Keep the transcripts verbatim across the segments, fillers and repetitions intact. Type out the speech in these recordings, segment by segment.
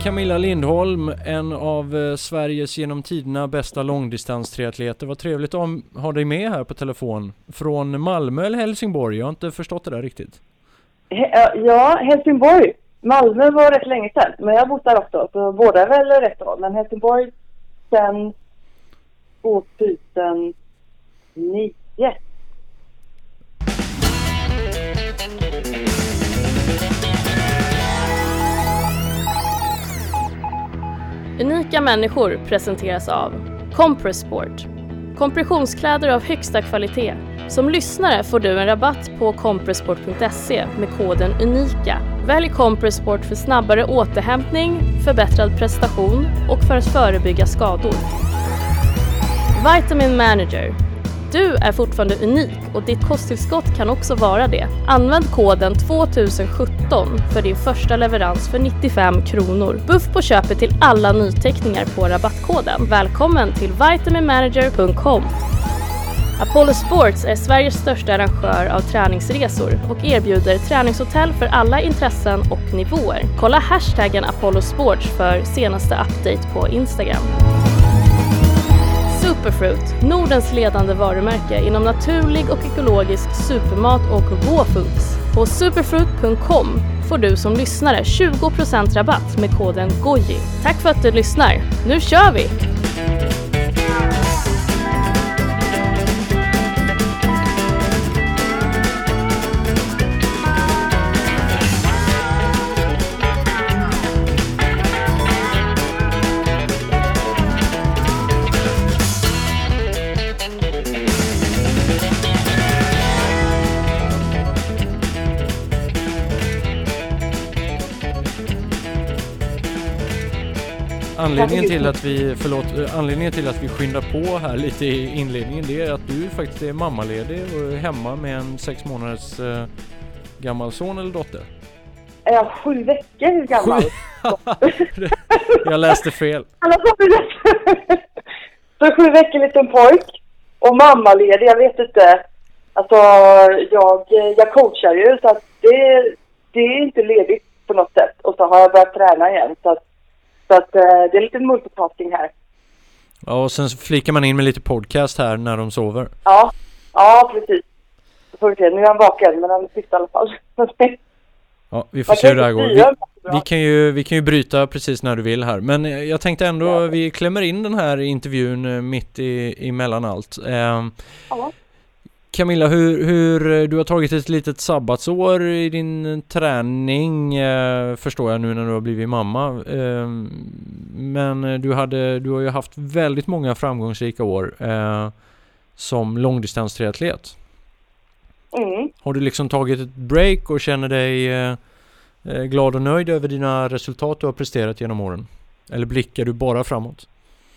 Camilla Lindholm, en av eh, Sveriges genom tiderna bästa långdistanstriatleter. Vad trevligt att ha dig med här på telefon. Från Malmö eller Helsingborg? Jag har inte förstått det där riktigt. He- ja, Helsingborg. Malmö var rätt länge sedan, men jag har bott där också. Så båda är väl rätt då. Men Helsingborg sedan tjugohundranio. Unika människor presenteras av Compressport. Kompressionskläder av högsta kvalitet. Som lyssnare får du en rabatt på compressport punkt se med koden UNIKA. Välj Compressport för snabbare återhämtning, förbättrad prestation och för att förebygga skador. Vitamin Manager. Du är fortfarande unik och ditt kosttillskott kan också vara det. Använd koden två tusen sjutton för din första leverans för nittiofem kronor. Buff på köpet till alla nyteckningar på rabattkoden. Välkommen till vitamin manager punkt com. Apollo Sports är Sveriges största arrangör av träningsresor och erbjuder träningshotell för alla intressen och nivåer. Kolla hashtaggen Apollo Sports för senaste update på Instagram. Superfruit, Nordens ledande varumärke inom naturlig och ekologisk supermat och raw foods. På superfruit punkt com får du som lyssnare tjugo procent rabatt med koden GOJI. Tack för att du lyssnar. Nu kör vi! Anledningen till att vi förlåt, anledningen till att vi skyndar på här lite i inledningen, det är att du faktiskt är mammaledig och är hemma med en sex månaders eh, gammal son eller dotter. Är jag sju veckor gammal? Sju? Jag läste fel. Så sju veckor liten pojk och mammaledig, jag vet inte. Alltså jag, jag coachar ju så att det, det är inte ledigt på något sätt. Och så har jag börjat träna igen så att Så att eh, det är lite multitasking här. Ja, och sen flikar man in med lite podcast här när de sover. Ja, ja precis. Så får vi se. Nu är han vaken, men han är tyst i alla fall. Ja, vi får se hur det här går. Vi, vi, kan ju, vi kan ju bryta precis när du vill här. Men jag tänkte ändå, ja. Vi klämmer in den här intervjun mitt i, emellan allt. Eh, ja. Camilla, hur, hur du har tagit ett litet sabbatsår i din träning eh, förstår jag nu när du har blivit mamma. Eh, men du, hade, du har ju haft väldigt många framgångsrika år eh, som långdistanstriatlet. Mm. Har du liksom tagit ett break och känner dig eh, glad och nöjd över dina resultat du har presterat genom åren? Eller blickar du bara framåt?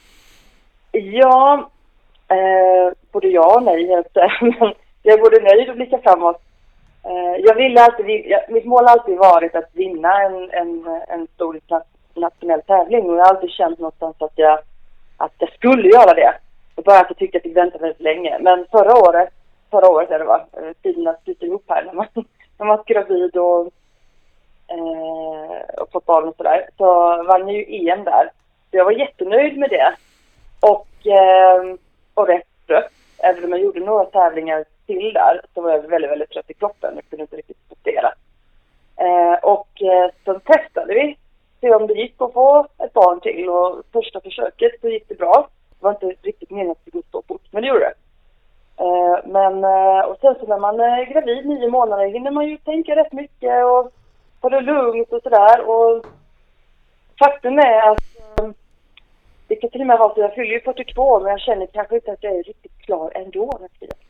Ja, Eh, både ja och nej. Men jag är både nöjd och blickar framåt. Eh, jag ville alltid, jag, mitt mål har alltid varit att vinna en, en, en stor nationell tävling. Och jag har alltid känt någonstans att jag, att jag skulle göra det. Och bara att jag tyckte att jag väntade väldigt länge. Men förra året, förra året är det va, tiden att sluta ihop här när man, när man var gravid och, eh, och fått barn och sådär. Så vann jag ju E M där. Så jag var jättenöjd med det. Och eh, och rätt trött. Även om jag gjorde några tävlingar till där så var jag väldigt, väldigt trött i kroppen. Jag kunde inte riktigt prestera. Eh, och eh, så testade vi. Se om det gick att få ett barn till. Och första försöket så gick det bra. Det var inte riktigt meningen att det skulle stå fort. Men det gjorde det. Eh, men, eh, och sen så när man är gravid nio månader hinner man ju tänka rätt mycket. Och ta det lugnt och sådär. Och faktum är att eh, det kan till och med vara så jag fyller ju fyrtiotvå men jag känner kanske inte att jag är riktigt klar ändå.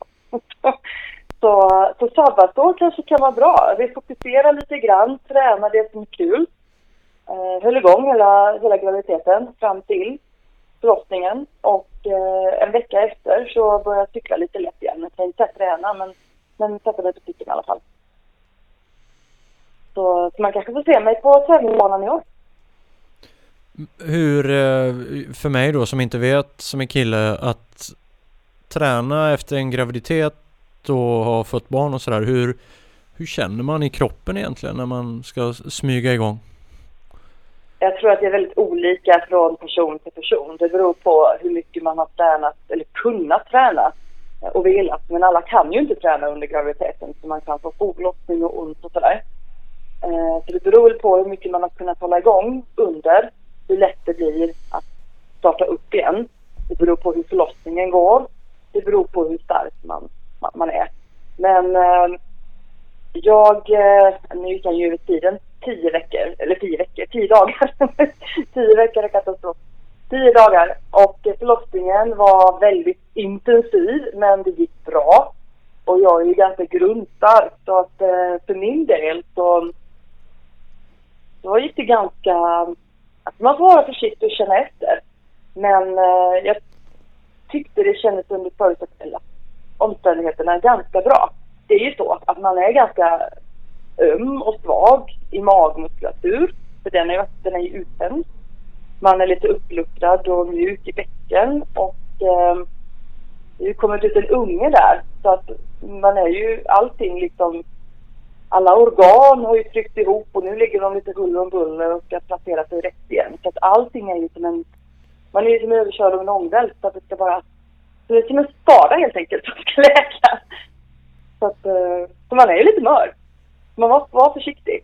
så, så sabbatsår kanske kan vara bra. Vi fokuserar lite grann, tränar det som är kul. Eh, höll igång hela, hela graviditeten fram till förlossningen. Och eh, en vecka efter så började jag cykla lite lätt igen. Jag kan inte träna men, men sätta mig på cykeln i alla fall. Så, så man kanske får se mig på tävlingsbanan i år. Hur, för mig då som inte vet som är kille, att träna efter en graviditet och ha fått barn och sådär, hur, hur känner man i kroppen egentligen när man ska smyga igång? Jag tror att det är väldigt olika från person till person. Det beror på hur mycket man har tränat eller kunnat träna och velat. Men alla kan ju inte träna under graviditeten, så man kan få foglossning och ont och sådär. Så det beror på hur mycket man har kunnat hålla igång under, hur lätt det blir att starta upp igen. Det beror på hur förlossningen går. Det beror på hur stark man, man är. Men eh, jag, eh, nu gick jag ju över tiden tio veckor, eller tio veckor, tio dagar. tio veckor är katastrof. Tio dagar. Och förlossningen var väldigt intensiv, men det gick bra. Och jag är ju ganska grundstark, så att eh, för min del så, så gick det ganska... Att man får vara försiktig och känna efter. Men eh, jag tyckte det kändes under förutsättningarna omständigheterna ganska bra. Det är ju så att man är ganska öm och svag i magmuskulatur, för den är, den är ju uttänd. Man är lite uppluckrad och mjuk i bäcken, och eh, det kommer ut en unge där, så att man är ju allting liksom, alla organ har ju tryckt ihop och nu ligger de lite huller och buller och ska placera sig rätt igen. Så att allting är ju som en, man är ju som överkörd av en ångvält, så att det ska bara, så det är som en skada helt enkelt som ska läka. Så att, så man är ju lite mör. Man måste vara försiktig.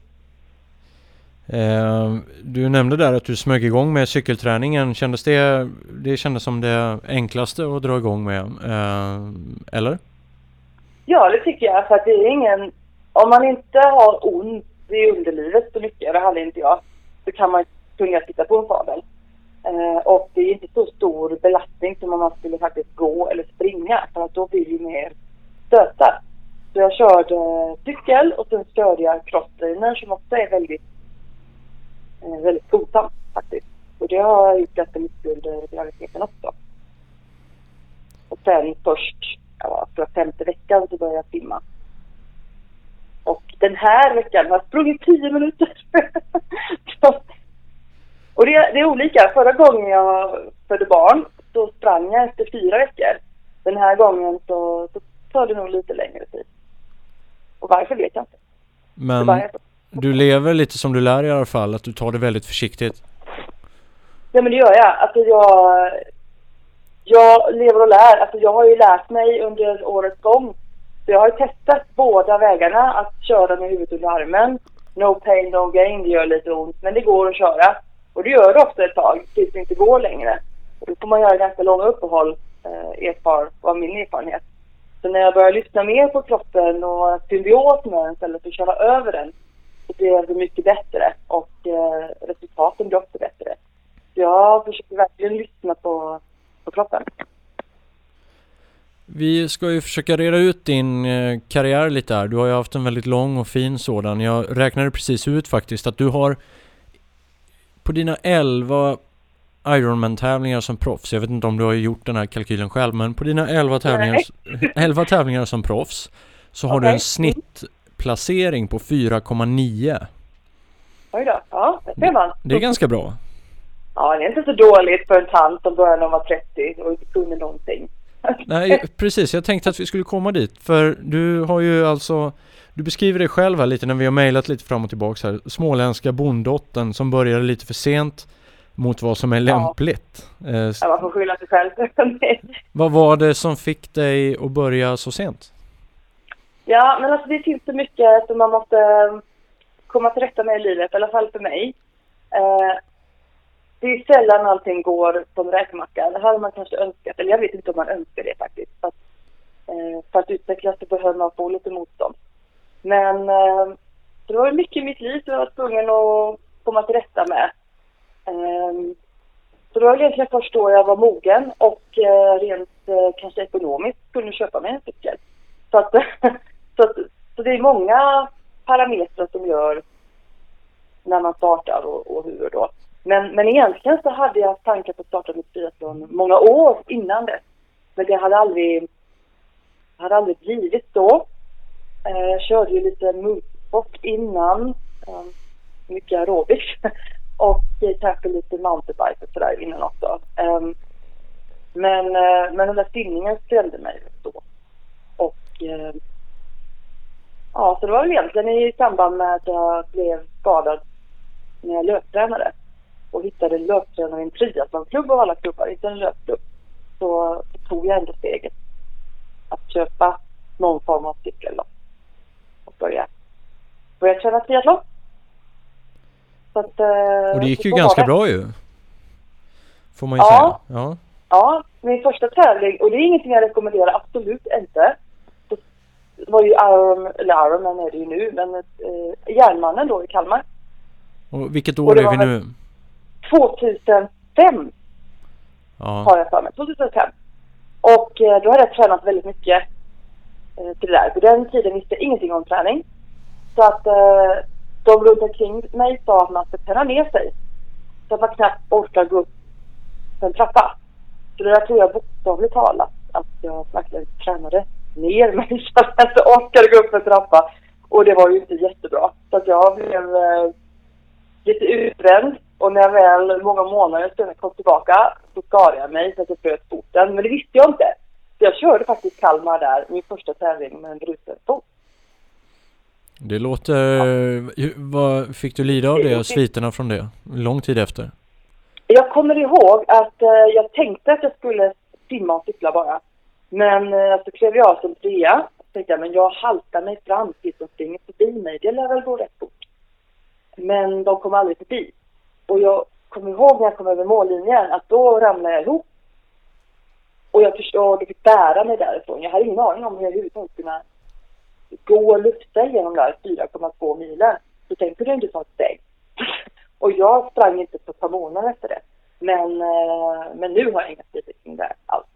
Eh, du nämnde där att du smög igång med cykelträningen. Kändes det, det kändes som det enklaste att dra igång med, eh, eller? Ja, det tycker jag. För att det är ingen, om man inte har ont i underlivet så mycket, det hade inte jag, så kan man kunna titta på en fabel. Eh, och det är inte så stor belastning som om man skulle faktiskt gå eller springa, för att då blir det mer stötar. Så jag körde cykel och sen körde jag crosstrainer som också är väldigt eh, väldigt skolsamt faktiskt. Och det har jag gjort ganska mycket under graviditeten också. Och sen först, ja, för femte veckan så började jag simma. Och den här veckan har jag sprungit tio minuter. Och det, det är olika. Förra gången jag födde barn så sprang jag efter fyra veckor. Den här gången så, så tar det nog lite längre tid. Och varför vet jag inte. Men du lever lite som du lär i alla fall, att du tar det väldigt försiktigt. Ja, men det gör jag. Alltså jag, jag lever och lär. Alltså jag har ju lärt mig under årets gång. Så jag har ju testat båda vägarna. Att köra med huvudet under armen. No pain, no gain. Det gör lite ont, men det går att köra. Och det gör det också ett tag, tills det inte går längre. Och då får man göra ganska långa uppehåll, eh, erfar, av min erfarenhet. Så när jag börjar lyssna mer på kroppen och symbios med den istället för att köra över den, så blir det mycket bättre och eh, resultaten blir också bättre. Så jag försöker verkligen lyssna på, på kroppen. Vi ska ju försöka reda ut din eh, karriär lite här. Du har ju haft en väldigt lång och fin sådan. Jag räknade precis ut faktiskt att du har på dina elva Ironman-tävlingar som proffs, jag vet inte om du har gjort den här kalkylen själv, men på dina elva tävlingar, elva tävlingar som proffs så har okay. du en snittplacering på fyra komma nio. Oj då, ja, det ser man. Det är ganska bra. Ja, det är inte så dåligt för en tant som börjar när man var trettio och inte kunde någonting. Nej, precis. Jag tänkte att vi skulle komma dit. För du har ju alltså, du beskriver dig själv här lite när vi har mejlat lite fram och tillbaka här. Småländska bondotten som började lite för sent mot vad som är lämpligt. Ja, ja, man får skylla sig själv. Vad var det som fick dig att börja så sent? Ja, men alltså det finns så mycket som man måste komma till rätta med i livet, i alla fall för mig. Eh, det är sällan allting går som räkmacka. Det hade man kanske önskat, eller jag vet inte om man önskar det faktiskt. För att, eh, för att utvecklas så behöver man få lite motstånd. Men eh, det var mycket i mitt liv som jag var tvungen att komma till rätta med. Um, så det var egentligen först då jag var mogen och uh, rent uh, kanske ekonomiskt kunde köpa mig en cykel. Så, att, så, att, så det är många parametrar som gör när man startar och, och hur då. Men, men egentligen så hade jag tankar på att starta mitt triathlon många år innan det. Men det hade aldrig, hade aldrig blivit så. Uh, jag körde ju lite multisport innan, um, mycket aerobics. Och kanske lite mountainbike och sådär innan också. Um, men, uh, men den där stinningen skrämde mig då. Och uh, ja, så det var väl egentligen i samband med att jag blev skadad när jag löptränade. och hittade löptränare i en triathlonklubb av alla klubbar, inte en löpklubb, så, så tog jag ändå steget att köpa någon form av cykel då, och börja, börja träna triathlon. Så att, och det gick ju ganska det. bra ju, får man ju ja. säga. Ja. Ja, min första tävling, och det är ingenting jag rekommenderar, absolut inte. Det var ju Iron, eller Ironman är det ju nu, men eh, Järnmannen då i Kalmar. Och vilket år och är vi nu? tjugohundrafem ja. har jag för mig, tjugohundrafem. Och eh, då hade jag tränat väldigt mycket eh, till det där. På den tiden visste jag ingenting om träning. Så att eh, de runt omkring mig sa att man ska träna ner sig. Så att man knappt orkar gå upp en trappa. Så det där tror jag bokstavligt talat att jag verkligen tränade ner mig så att jag inte orkade gå upp en trappa. Och det var ju inte jättebra. Så att jag blev eh, lite utbränd. Och när jag väl många månader sedan kom tillbaka så skadade jag mig så att jag bröt foten. Men det visste jag inte. Så jag körde faktiskt Kalmar där, min första tävling med en bruten fot. Det låter... Ja. Vad fick du lida av det, sviterna från det? Lång tid efter? Jag kommer ihåg att eh, jag tänkte att jag skulle simma och cykla bara. Men eh, så klev jag som trea. Och tänkte jag, men jag haltar mig fram tills de springer förbi mig. Det lär väl gå rätt fort. Men de kom aldrig förbi. Och jag kommer ihåg när jag kom över mållinjen att då ramlade jag ihop. Och jag förstod, jag fick bära mig därifrån. Jag hade ingen aning om hur jag överhuvudtaget kunde gå och lufta genom där fyra komma två milen. Så tänkte jag inte ta ett steg. Och jag sprang inte på ett par månader efter det. Men, men nu har jag inga sviter kring det alls.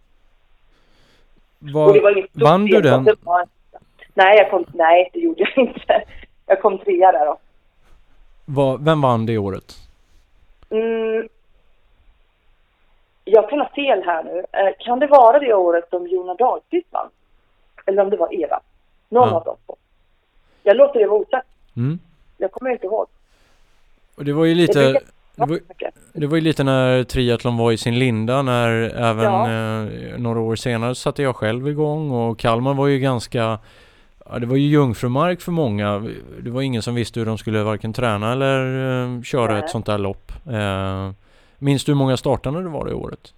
Var, det var vann du den? Det var, nej, jag kom, nej, det gjorde jag inte. Jag kom trea där då. Var, vem vann det året? Mm, jag kan ha fel här nu. Eh, kan det vara det året som Jona Dahlqvist vann? Eller om det var Eva? Någon ja. av dem. Jag låter det vara osagt. Mm. Jag kommer inte ihåg. Och det var ju lite... Det, det, var, det var ju lite när triathlon var i sin linda, när även ja. eh, några år senare satte jag själv igång, och Kalmar var ju ganska... Ja, det var ju jungfrumark för många. Det var ingen som visste hur de skulle varken träna eller eh, köra Nej. ett sånt där lopp. Eh, minns du hur många startande det var det året?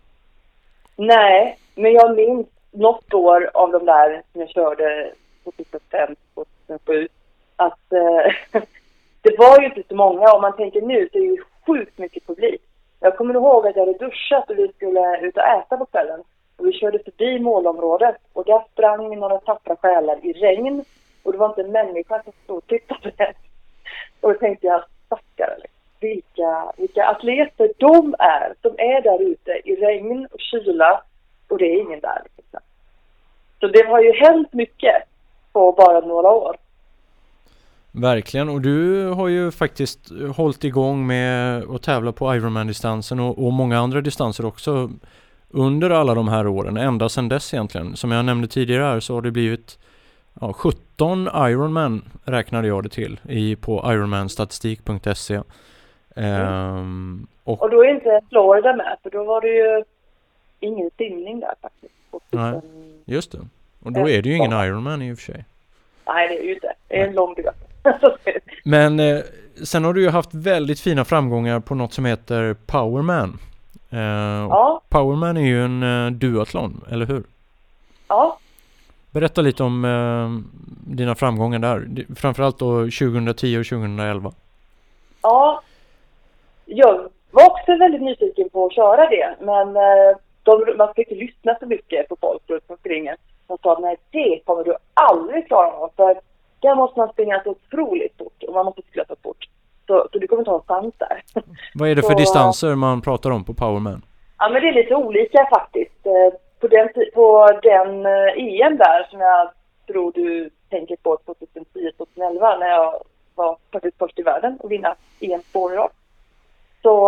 Nej, men jag minns något år av de där som jag körde tjugohundrafem tjugohundrasju att eh, det var ju inte så många. Om man tänker nu så är det ju sjukt mycket publik. Jag kommer ihåg att jag hade duschat och vi skulle ut och äta på kvällen. Och vi körde förbi målområdet och där sprang några tappra själar i regn. Och det var inte en människa som stod och tittade. Och då tänkte jag, stackare, vilka, vilka atleter de är. De är där ute i regn och kyla och det är ingen där. Liksom. Så det har ju hänt mycket på bara några år. Verkligen, och du har ju faktiskt hållit igång med att tävla på Ironman-distansen och, och många andra distanser också under alla de här åren, ända sedan dess egentligen. Som jag nämnde tidigare här så har det blivit ja, sjutton Ironman räknade jag det till i, på ironmanstatistik punkt se. Mm. Um, och, och då är inte Florida med, för då var det ju ingen simning där faktiskt. Nej, just det. Och då är det ju ingen Ironman i och för sig. Nej, det är ju inte. Det är en lång duett. Men eh, sen har du ju haft väldigt fina framgångar på något som heter Powerman. Eh, ja. Powerman är ju en eh, duathlon, eller hur? Ja. Berätta lite om eh, dina framgångar där. Framförallt då tjugohundratio och tjugohundraelva. Ja. Jag var också väldigt nyfiken på att köra det. Men eh, de, man ska inte lyssna så mycket på folk runt omkring. De sa, nej, det kommer du aldrig klara av. För där måste man springa så otroligt fort. Och man måste cykla så fort. Så, så du kommer ta en chans där. Vad är det för så, distanser man pratar om på Powerman? Ja, men det är lite olika faktiskt. På den, på den E M där som jag tror du tänker på tjugohundratio tjugohundraelva när jag var faktiskt först i världen och vinna E M-spår idag. Så,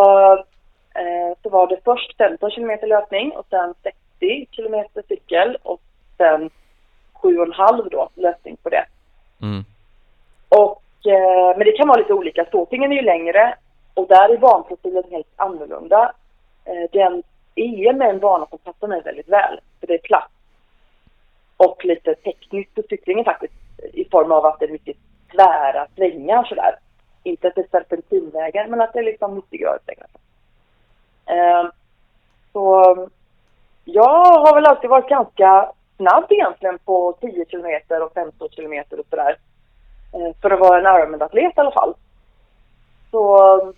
eh, så var det först femton kilometer löpning och sen sextio kilometer cykel och sen sju och en halv då löpning på det. Mm. Och, eh, men det kan vara lite olika. Ståpingen är ju längre och där är banprofilen helt annorlunda. Eh, den E M är en bana som passar mig väldigt väl. För det är platt. Och lite tekniskt på cyklingen faktiskt. I form av att det är mycket tvära svängar sådär. Inte att det är serpentinvägar men att det är liksom nyttiga vägar. Eh, så jag har väl alltid varit ganska snabb egentligen på tio kilometer och femton kilometer och sådär. Eh, för att vara en Ironman-atlet i alla fall. Så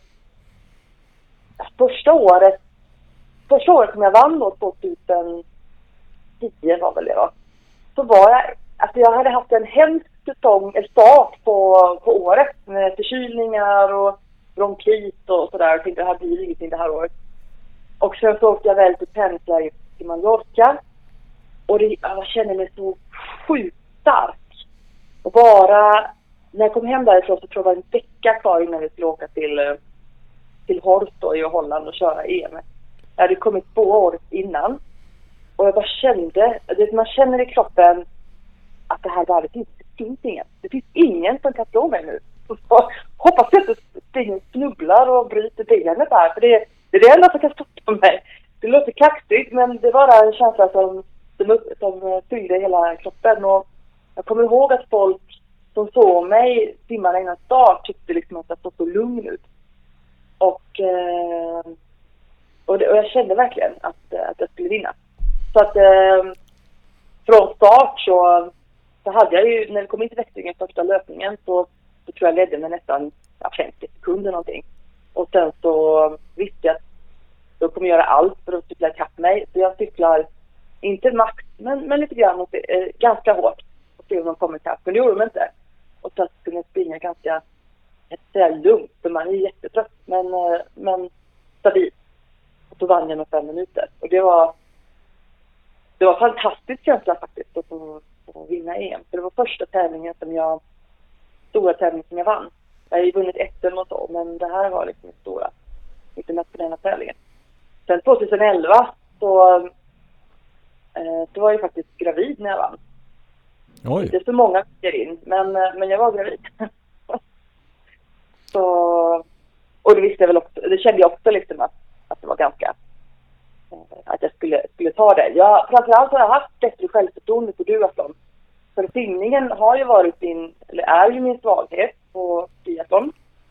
första året, första året som jag vann då, tjugohundratio var väl det då. Så var jag, alltså jag hade haft en hemsk säsong, en start på, på året med förkylningar och bronkit och sådär. Jag tänkte det här blir ingenting det här året. Och sen så åkte jag väl till Pensla till Mallorca. Och det, jag kände mig så sjukt stark. Och bara när jag kom hem därifrån så tror jag det var en vecka kvar innan vi skulle åka till, till Horst då, i Holland och köra E M. Jag hade kommit två år innan. Och jag bara kände, det, man känner i kroppen att det här bara, det finns, det finns ingen. Det finns ingen som kan slå mig nu. Och hoppas jag inte ingen snubblar och bryter benet där. För det, det är det enda som kan stoppa mig. Det låter kaxigt, men det var en känsla som, som, som fyllde hela kroppen. Och jag kommer ihåg att folk som såg mig timmarna innan start tyckte liksom att jag såg så lugn ut. Och, eh, och, det, och jag kände verkligen att, att jag skulle vinna. Så att eh, från start så, så hade jag ju, när vi kom in till växlingen första löpningen så, så tror jag ledde med nästan ja, femtio sekunder någonting. Och sen så visste jag att jag kommer göra allt för att cykla ikapp mig. Så jag cyklar inte max, men, men lite grann, och, eh, ganska hårt. Och se om de kommer ikapp, men det gjorde de inte. Och så kunde jag springa ganska, jag ska säga lugnt, för man är jättetrött, men, eh, men stabil. Och så vann jag med fem minuter. Och det var Det var en fantastisk känsla faktiskt att få, få vinna E M. För det var första tävlingen som jag, stora tävlingen som jag vann. Jag har ju vunnit ett eller något år, men det här var liksom den stora internationella tävlingen. Sen tjugoelva så, eh, så var jag faktiskt gravid när jag vann. Oj. Inte så många fick in, men, men jag var gravid. Så, och det visste jag väl också, det kände jag också liksom att, att det var ganska, att jag skulle, skulle ta det. Jag, framförallt har jag haft bättre självförtroende på duathlon. För simningen har ju varit min, eller är ju min svaghet på duathlon.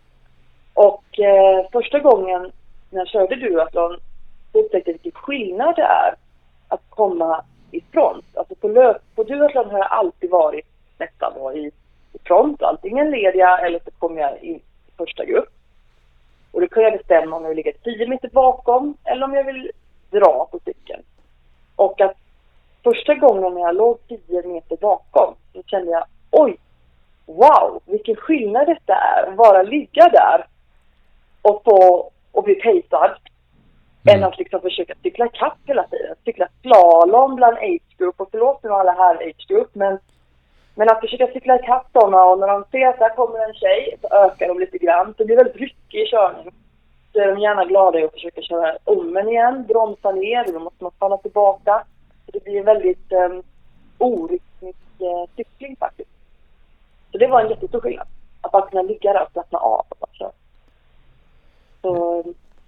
Och eh, första gången när jag körde duathlon så upptäckte jag vilken skillnad det är att komma i front. Alltså på, löp, på duathlon har jag alltid varit nästan då i, i front. Antingen leder jag eller så kommer jag in i första grupp. Och då kan jag bestämma om jag vill ligga tio meter bakom eller om jag vill dra på cykeln. Och att första gången när jag låg tio meter bakom så kände jag, oj, wow, vilken skillnad detta är. Bara ligga där och få och bli pejsad mm. än att liksom försöka cykla kapp hela tiden. Cykla slalom bland age group, och förlåt nu alla här age group, men, men att försöka cykla kapp dem, och när de ser att där kommer en tjej så ökar de lite grann. Så det blir väldigt ryckig i körning. Så är de gärna glada i att försöka köra om en igen, bromsa ner, då måste man falla tillbaka. Så det blir en väldigt um, orytmisk uh, cykling faktiskt. Så det var en jättestor skillnad. Att bara kunna ligga där och slappna av och bara köra. Så,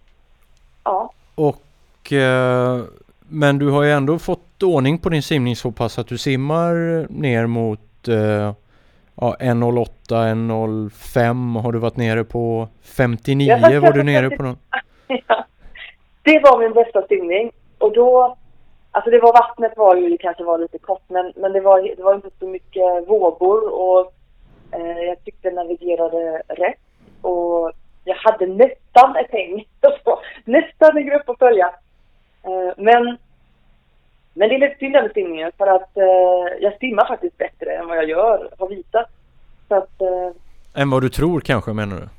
ja. Och, eh, men du har ju ändå fått ordning på din simning så pass att du simmar ner mot eh, ja, en noll åtta, en noll fem. Har du varit nere på femtionio? Var du nere på någon? Ja. Det var min bästa simning. Och då, alltså det var, vattnet var ju, det kanske var lite kort, men, men det, var, det var inte så mycket vågor, och eh, jag tyckte jag navigerade rätt. Och jag hade nästan ett häng. Nästan en grupp att följa. Eh, men, men det är lite synd med simningen, för att eh, jag simmar faktiskt bättre än vad jag gör, har visat. Så att, eh, än vad du tror kanske, menar du?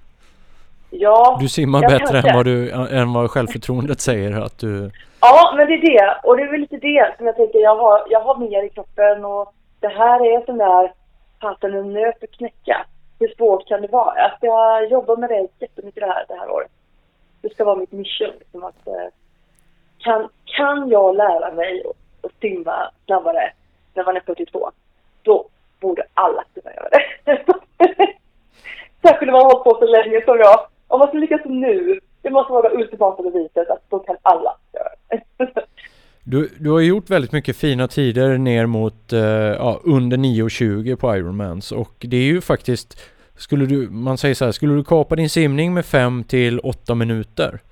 Ja. Du simmar bättre än vad, du, än vad självförtroendet säger att du... Ja, men det är det. Och det är väl lite det som jag tänker, jag har, jag har mer i kroppen, och det här är sån där fasen en nöt att knäcka. Hur svårt kan det vara? Att jag jobbar med det jättemycket det här, det här året. Det ska vara mitt mission. Liksom att, kan, kan jag lära mig att simma snabbare när man är fyrtiotvå, då borde alla kunna göra det. Särskilt när man har hållit på så länge som jag. Om man ska lyckas nu, det måste vara det ultimata beviset att då kan alla göra det. Du, du har gjort väldigt mycket fina tider ner mot eh, ja, under nio tjugo på Ironmans, och det är ju faktiskt, skulle du, man säger så här, skulle du kapa din simning med fem till åtta minuter,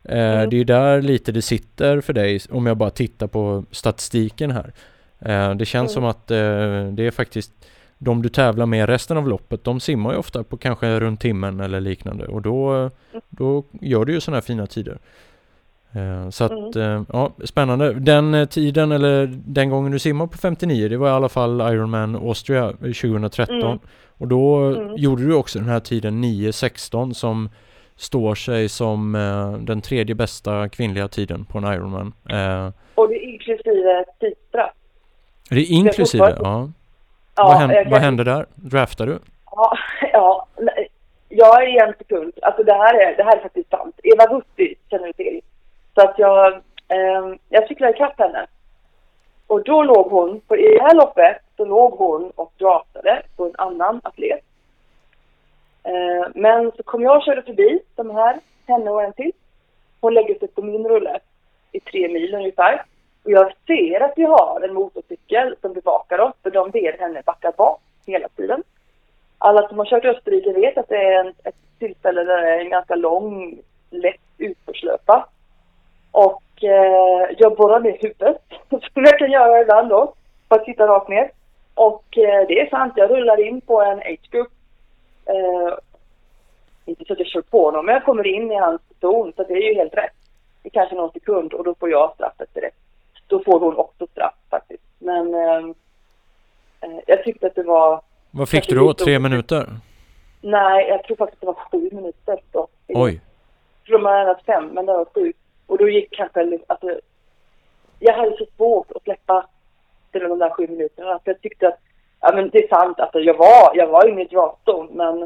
Eh, Mm. Det är ju där lite det sitter för dig om jag bara tittar på statistiken här. Eh, det känns Mm. som att eh, det är faktiskt de du tävlar med resten av loppet, de simmar ju ofta på kanske runt timmen eller liknande och då, då gör du ju sådana här fina tider. Eh, så att, Mm. eh, ja, spännande. Den eh, tiden eller den gången du simmar på femtionio, det var i alla fall Ironman Austria tjugohundratretton. Mm. Och då Mm. gjorde du också den här tiden nio sexton som står sig som eh, den tredje bästa kvinnliga tiden på en Ironman. Eh, Och det är inklusive tidsstraff. det är inklusive, Jag får- ja. Ja, vad, hände, jag kan- vad hände där? Draftade du? Ja, ja. nej, Jag är en sekund. Alltså det här är, det här är faktiskt sant. Eva Wutti känner du till. Så att jag, eh, jag cyklade ikapp henne. Och då låg hon, på, i det här loppet, så låg hon och draftade på en annan atlet. Eh, men så kom jag och körde förbi de här, henne och en till. Hon lägger sig på min rulle i tre mil ungefär. Och jag ser att vi har en motorcykel som bevakar oss, för de ber henne backa bak hela tiden. Alla som har kört i Österrike vet att det är en, ett tillfälle där det är en ganska lång, lätt utförslöpa. Och eh, jag borrar ner huvudet, som jag kan göra ibland då, för att sitta rakt ner. Och eh, det är sant, jag rullar in på en H-group. Eh, inte så att jag kör på honom, men jag kommer in i hans zon, så det är ju helt rätt. Det är kanske någon sekund och då får jag straff efter det. Då får hon också straff faktiskt. Men eh, eh, jag tyckte att det var... Vad fick du då? Tre minuter? Nej, jag tror faktiskt att det var sju minuter. Då. Oj. Jag tror man hade fem, men det var sju. Och då gick kanske... Alltså, jag hade så svårt att släppa till de där sju minuterna. För jag tyckte att... Ja, men det är sant. Alltså, jag var, jag var inne i draftzon, men...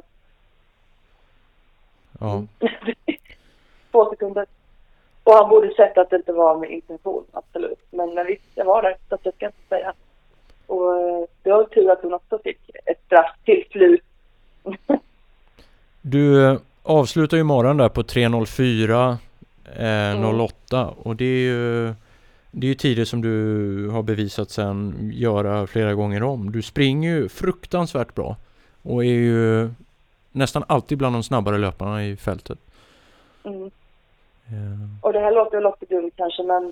Ja. Två sekunder. Och han borde sett att det inte var med intention, absolut. Men, men visst, jag var där, så att jag ska inte säga. Och eh, det var tur att hon också fick ett straff till slut. Du eh, avslutar ju morgon där på tre noll fyra eh, noll åtta och det är ju det är ju tider som du har bevisat sen göra flera gånger om. Du springer ju fruktansvärt bra och är ju nästan alltid bland de snabbare löparna i fältet. Mm. Eh, Och det här låter låter dumt kanske, men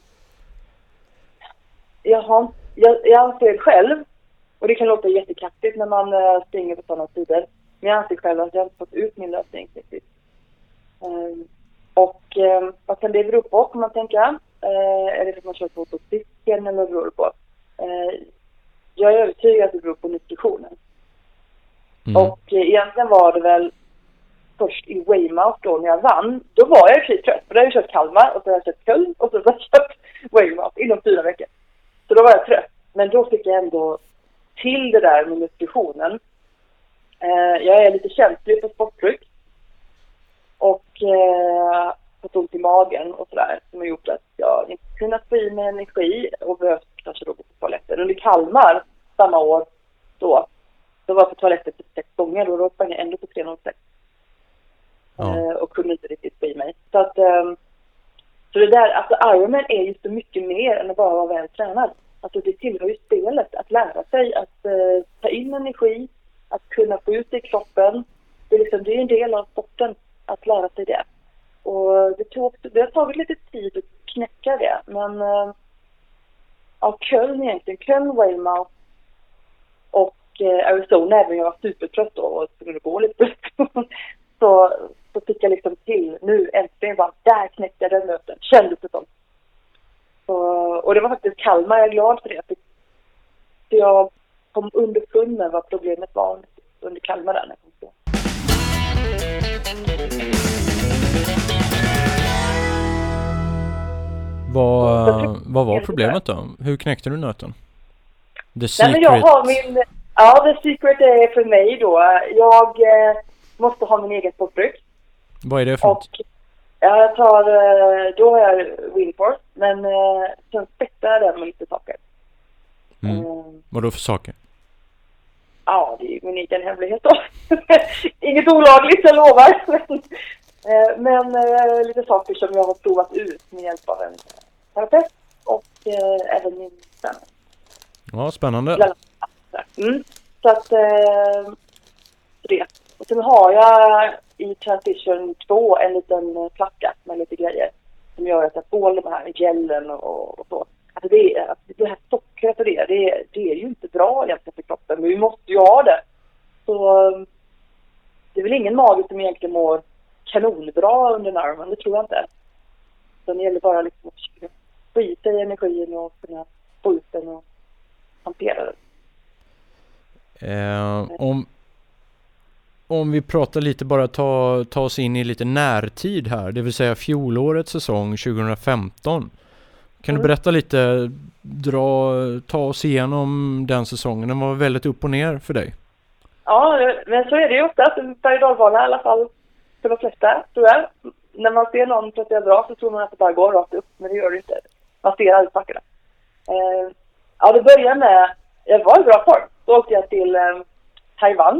jag, har, jag, jag anser själv, och det kan låta jättekraftigt när man uh, springer på sådana tider, men jag anser själv att jag har fått ut min lösning riktigt. Um, och um, vad kan det bero på, kan man tänka? Uh, är det för att man kör på cykeln eller vad beror det på? Uh, jag är övertygad att det beror på nutritionen. mm. Och uh, egentligen var det väl först i Weymouth då när jag vann, då var jag ju trött. För då hade jag kört Kalmar och så hade jag kört Köln och så hade jag kört Weymouth inom fyra veckor. Så då var jag trött. Men då fick jag ändå till det där med nutritionen. Eh, jag är lite känslig för sporttryck. Och eh, fått ont i magen och sådär. Som har gjort att jag inte kunnat få i mig energi och behövt kanske då gå på toaletten. Under Kalmar samma år då, då var jag på toaletten typ sex gånger och då sprang jag ändå på tre noll sex. Ja. Uh, och kunde inte riktigt få i mig. Så att um, så det där, alltså Ironman är ju så mycket mer än att bara vara väl tränad. Alltså det tillhör ju spelet att lära sig att uh, ta in energi, att kunna få ut det i kroppen. Det är liksom, det är en del av sporten att lära sig det. Och det, tog, det har tagit lite tid att knäcka det, men uh, ja, Köln egentligen, Köln, Weymouth och uh, Arizona, även jag var supertrött då och skulle gå lite så, så fick jag liksom till nu äntligen bara, där knäckte jag den möten, kändes det som. Så, och det var faktiskt Kalmar, jag är glad för det. För jag kom underfund med vad problemet var under Kalmar där när jag kom på. Vad, vad var problemet då? Hur knäckte du nöten? The secret. Nej, men jag har min, ja, the secret är för mig då. Jag eh, måste ha min egen sportdryck. Vad är det för något? Och jag tar, eh, då har jag Winforce, men eh, sen spettar jag den med lite saker. Mm. Eh, Vad då för saker? ja, det är min egen hemlighet då. Inget olagligt, jag lovar. eh, men eh, lite saker som jag har provat ut med hjälp av en terapeut och eh, även min tränare. Ja, spännande. Mm. Så att eh, det. Och sen har jag i Transition två en liten placka med lite grejer. som gör att jag får de här gällen och, och så. Alltså det, är, det här sockret och det, det, det är ju inte bra egentligen för kroppen, men vi måste ju ha det. Så det är väl ingen mage som egentligen mår kanonbra under armen, det tror jag inte. Så det gäller bara liksom att få i sig energin och kunna få ut den och hantera den. Eh, om, om vi pratar lite, bara ta, ta oss in i lite närtid här, det vill säga fjolårets säsong tjugo femton. Kan mm. du berätta lite, dra, ta oss igenom den säsongen? Den var väldigt upp och ner för dig. Ja, men så är det ju ofta. Berg- och dalbana i alla fall för de flesta, tror jag. När man ser någon prestera bra så tror man att det bara går rakt upp, men det gör det inte. Man ser alla backarna. Eh, ja, det började med, jag var i bra form. Då åkte jag till eh, Taiwan.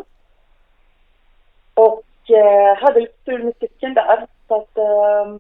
Och eh, hade lite stor med cykeln där. Så att eh,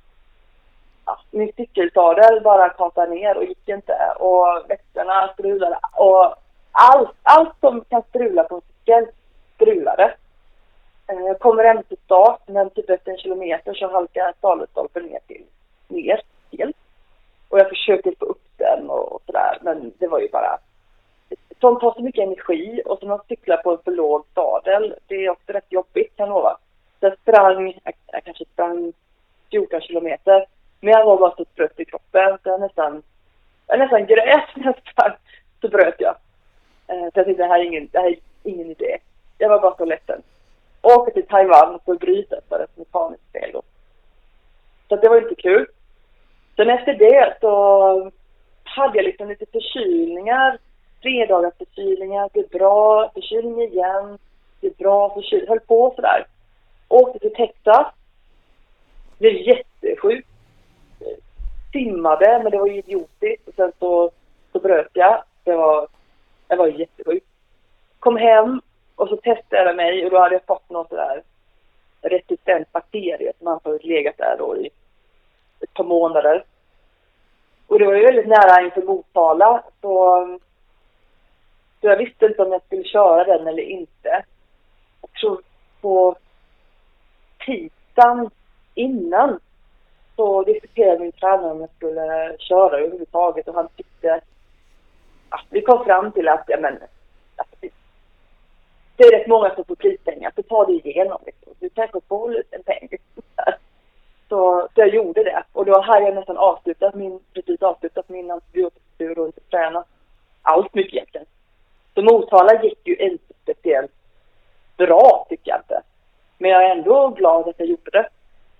ja, min cykelsadel bara katade ner och gick inte. Och växlarna strulade. Och allt, allt som kan strula på en cykel strulade. Jag kommer ändå till start, men typ efter en kilometer så halkar sadelstolpen ner till ner helt. Och jag försökte få upp den och, och sådär, men det var ju bara... Sånt tar så mycket energi, och så man cyklar på en för låg sadel, det är också rätt jobbigt, kan jag lova. Så jag sprang, jag, jag kanske sprang fjorton kilometer, men jag var bara så trött i kroppen, så jag nästan, jag nästan grät nästan, så bröt jag. Så jag tänkte, det här är ingen, det här är ingen idé. Jag var bara så ledsen. Åka till Taiwan och bryta för ett mekaniskt fel då. Så det var inte kul. Sen efter det så hade jag liksom lite förkylningar. Tre dagar förkylningar. Det är bra. Förkylning igen. Det är bra. Förkylning. Höll på sådär. Åkte till Texas. Blev jättesjuk. Simmade, men det var ju idiotiskt. Och sen så, så bröt jag. Det var, jag var jättesjuk. Kom hem. Och så testade jag mig, och då hade jag fått något där resistent bakterie som har förut legat där då i ett par månader. Och det var ju väldigt nära inför Motala, så, så jag visste inte om jag skulle köra den eller inte. Jag tror på tisdagen innan så diskuterade min tränare om jag skulle köra överhuvudtaget, och han tyckte att vi kom fram till att ja, men, att det är rätt många som får prispengar, så ta det igenom. Liksom. Du kanske får en peng. Så, så jag gjorde det. Och då hade jag nästan avslutat min, precis avslutat min antibiotikakur och inte tränat allt mycket egentligen. Så Motala gick ju inte speciellt bra, tycker jag inte. Men jag är ändå glad att jag gjorde det.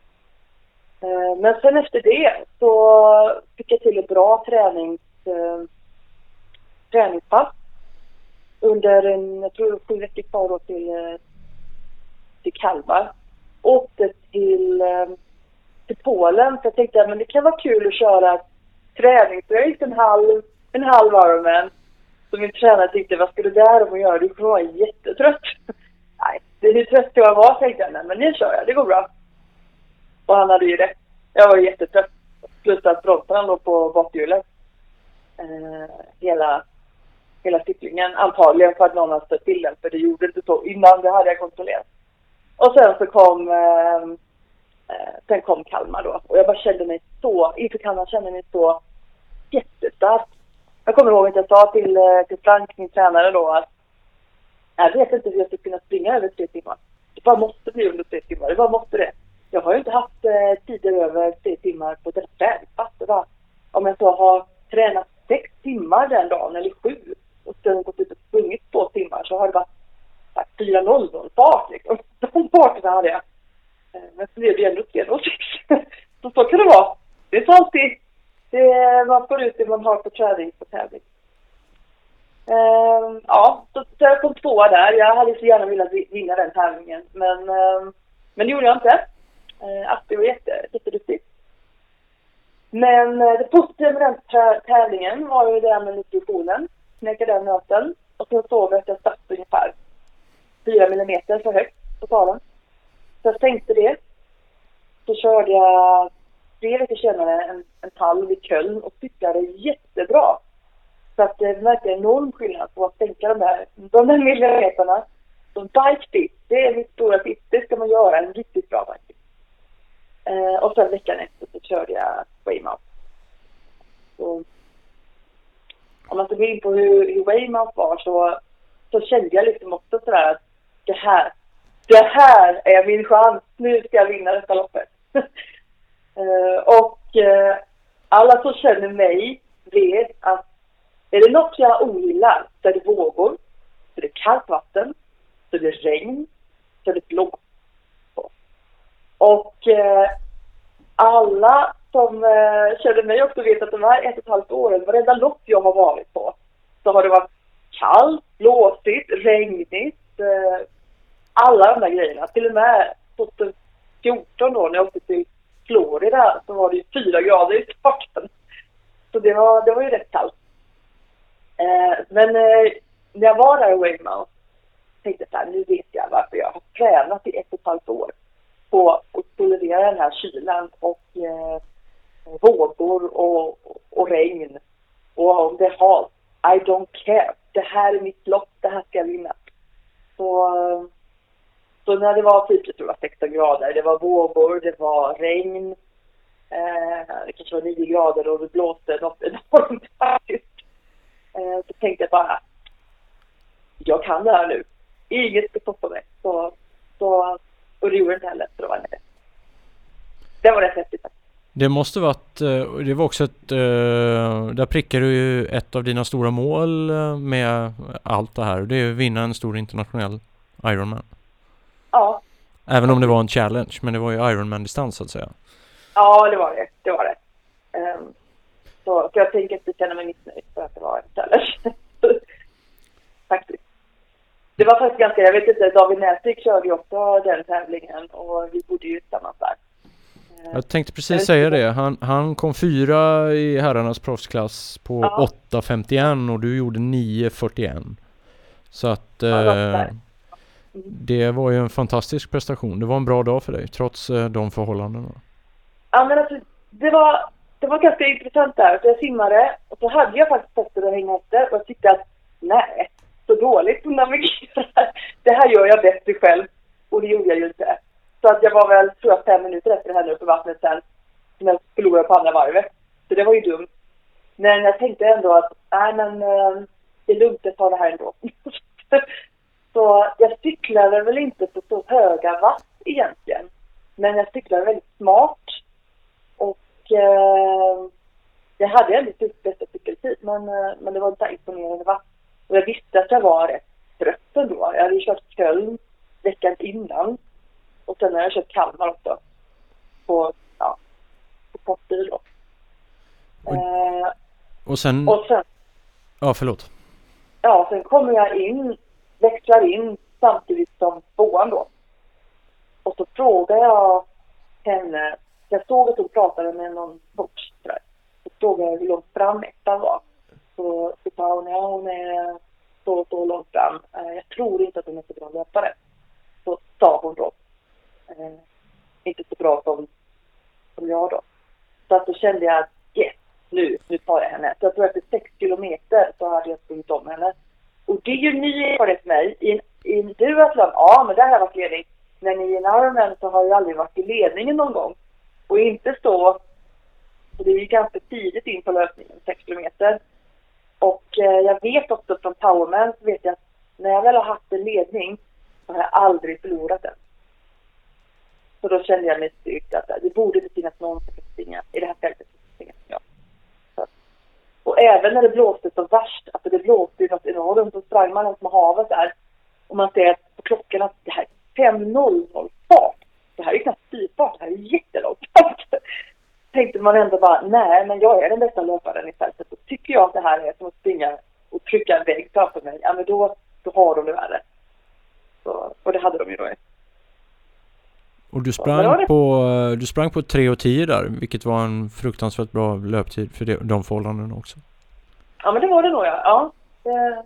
Men sen efter det så fick jag till ett bra tränings, träningspass. Under en, jag tror sju veckor kvar då till, till Kalmar. Åkte till, till Polen, för jag tänkte att men det kan vara kul att köra träningsrace en halv, en halv Ironman. Så min tränare tyckte, vad ska du där om att göra? Du kommer vara jättetrött. Nej, det är hur trött jag var, tänkte jag. Men nu kör jag, det går bra. Och han hade ju rätt. Jag var jättetrött. Plus att bromsarna låg på bakhjulet. Eh, hela... hela cyklingen, antagligen för att någon har stött till den, för det gjorde inte så innan, det hade jag kontrollerat. Och sen så kom eh, sen kom Kalmar då, och jag bara kände mig så, inför Kalmar kände mig så jättestark. Jag kommer ihåg att jag sa till, till Frank, min tränare då, att jag vet inte hur jag ska kunna springa över tre timmar. Det bara måste bli under tre timmar, det bara måste det. Jag har ju inte haft eh, tider över tre timmar på det träningspass. Det var, om jag så har tränat sex timmar den dagen, eller sju, och sen gått ut och sprungit två timmar, så har det varit fyra noll noll fart liksom. De farterna hade jag. Men så blev det ändå tre noll sex. Så så kan det vara. Det är så alltid. Det, man får ut det man har på träning på tävling. Um, ja, så, så jag kom tvåa där. Jag hade så gärna velat vinna den tävlingen. Men, um, men det gjorde jag inte. Uh, Asti var jätte, jätteduktig. Men uh, det positiva med den tävlingen var ju det där med nutritionen. Knäckade den nöten. Och så såg jag att jag satt ungefär fyra millimeter för högt på talen. Så jag tänkte det. Så körde jag tre veckor senare en, en pall vid Köln och cyklade jättebra. Så att det verkar enorm skillnad på att tänka de där, de där millimeterna. Så bike fit, det är mitt stora tips. Det ska man göra, en riktigt bra bike fit. Eh, och sen veckan efter så körde jag Weymouth. Så, om man ska gå in på hur, hur Weymouth var så, så kände jag liksom också sådär att det här, det här är min chans. Nu ska jag vinna detta loppet. eh, och eh, alla som känner mig vet att är det något jag ogillar så är det vågor, så är det kallt vatten, så är det regn, så är det blå. Och eh, alla som eh, känner mig också vet att de här ett och ett halvt åren, varenda lopp jag har varit på, så har det varit kallt, blåsigt, regnigt, eh, alla de där grejerna. Till och med tjugohundrafjorton då när jag åkte till Florida så var det ju fyra grader i starten. Så det var, det var ju rätt kallt. Eh, men eh, när jag var där i Weymouth tänkte jag så här, nu vet jag varför jag har tränat i ett och ett halvt år på att tolerera den här kylan och eh, vågor och, och regn. Och om det är halt, I don't care. Det här är mitt lopp, det här ska jag vinna. Så, så när det var typ, jag tror det var sexton grader, det var vågor, det var regn, eh, det kanske var nio grader och det blåste något enormt faktiskt. Eh, så tänkte jag bara, jag kan det här nu. Inget ska stoppa mig. Så, så, och det gjorde inte heller, så det var det. Det var rätt häftigt. Det måste varit, det var också ett, där prickar du ju ett av dina stora mål med allt det här. Det är ju att vinna en stor internationell Ironman. Ja. Även om det var en challenge, men det var ju Ironman-distans så att säga. Ja, det var det. Det var det. Um, så, så jag tänker inte känna mig missnöjd för att det var en challenge. Faktiskt. Det var faktiskt ganska, jag vet inte, David Näsvik körde ju också den tävlingen och vi bodde ju tillsammans där. Jag tänkte precis säga det. Han, han kom fyra i herrarnas proffsklass på ja. åtta femtioett och du gjorde nio fyrtioett. Så att ja, eh, det var ju en fantastisk prestation. Det var en bra dag för dig, trots eh, de förhållandena. Ja, men alltså, det var, det var ganska intressant där. Så jag simmade och så hade jag faktiskt testat att hänga efter och jag tyckte att nej, så dåligt att navigera. Det här gör jag bättre själv och det gjorde jag ju inte. Så att jag var väl, tror jag, fem minuter efter det här nu på vattnet sen när jag förlorade på andra varvet. Så det var ju dumt. Men jag tänkte ändå att, nej men det är lugnt att ta det här ändå. Så jag cyklade väl inte på så höga watt egentligen. Men jag cyklade väldigt smart. Och eh, jag hade ändå typ bästa cykeltid. Men, eh, men det var inte imponerande watt. Och jag visste att jag var rätt trött ändå. Jag hade kört Köln veckan innan. Och sen har jag kört Kalmar också. På, ja, på kort tid då. Och, eh, och sen... Och sen... Ja, förlåt. Ja, sen kommer jag in, växlar in samtidigt som tvåan då. Och så frågar jag henne, jag såg att hon pratade med någon coach där. Så frågade jag hur långt fram ettan var. Så, så sa hon, ja hon är så så långt fram. Jag tror inte att hon är så bra löpare. Så sa hon då. Eh, inte så bra som, som jag då. Så att då kände jag att yes, nu, nu tar jag henne. Så jag tror att efter sex kilometer så hade jag sprungit om henne. Och det är ju ny erfarenhet för mig. I en, i en duathlon, ja men där har jag varit ledning. Men i en Ironman så har jag aldrig varit i ledningen någon gång. Och inte så, så det är ju ganska tidigt in på löpningen, sex kilometer. Och eh, jag vet också från Powerman så vet jag att när jag väl har haft en ledning så har jag aldrig förlorat den. Så då kände jag mig styrkt att det borde inte finnas någon som kan springa i det här fältet. Ja. Och även när det blåste så värst, alltså det blåste ju något enormt, så sprang man längs med havet där. Och man ser på klockan att det här är fem noll noll fart. Det här är knappt styrfart, det här är jättelångt. Tänkte man ändå bara, nej men jag är den bästa löparen i fältet. Och tycker jag att det här är som att springa och trycka en vägg framför mig, ja men då, då har de det värre. Så, och det hade de ju då. Och du sprang på du sprang på tre och tio där, vilket var en fruktansvärt bra löptid för det, de förhållandena också. Ja, men det var det nog, ja. ja det,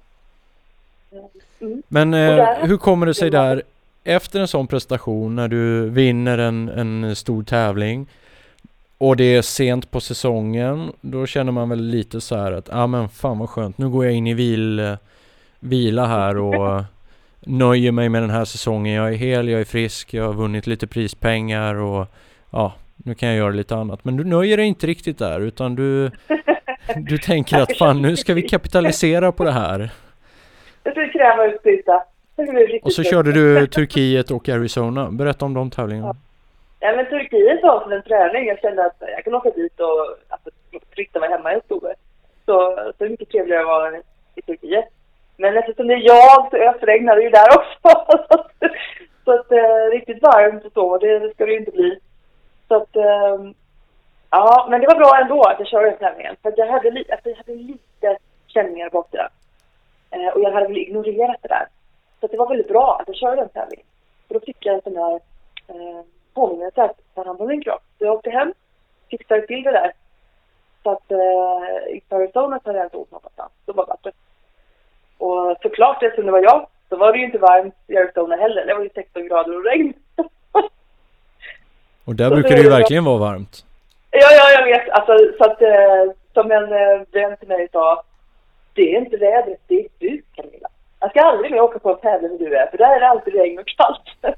mm. Men eh, hur kommer det sig där efter en sån prestation när du vinner en, en stor tävling och det är sent på säsongen, då känner man väl lite så här att ja ah, men fan vad skönt, nu går jag in i vil, vila här och nöjer mig med den här säsongen. Jag är hel, jag är frisk, jag har vunnit lite prispengar och ja, nu kan jag göra lite annat. Men du nöjer dig inte riktigt där, utan du, du tänker att fan, nu ska vi kapitalisera på det här. Jag skulle kräva utbyta. Och så körde du Turkiet och Arizona. Berätta om de tävlingarna. Ja, ja men Turkiet var som en träning. Jag kände att jag kan åka dit och alltså, flytta mig hemma i oktober. Så, så mycket trevligare var i Turkiet. Men eftersom det är jag så ösregnar det ju där också. så att, så att eh, riktigt varmt och så, det ska det ju inte bli. Så att, eh, ja, men det var bra ändå att jag körde den tävlingen. För jag hade, li- alltså, jag hade lite känningar bak det där. Eh, och jag hade väl ignorerat det där. Så att det var väldigt bra att jag körde den tävlingen. För då fick jag en sån här eh, påminnelse att ta hand om min kropp. Så jag åkte hem, fixade till det där. Så att eh, i Arizona så hade jag inte åkt någonstans. Det var bättre. Och såklart, eftersom det var jag, så var det ju inte varmt i Arizona heller. Det var ju sexton grader och regn. Och där så brukar det ju verkligen vara varmt. Ja, ja, jag vet. Alltså, så att, eh, som en eh, vän till mig sa, det är inte vädret, det är du, Camilla. Jag ska aldrig mer åka på en tävling där du är, för där är det alltid regn och kallt.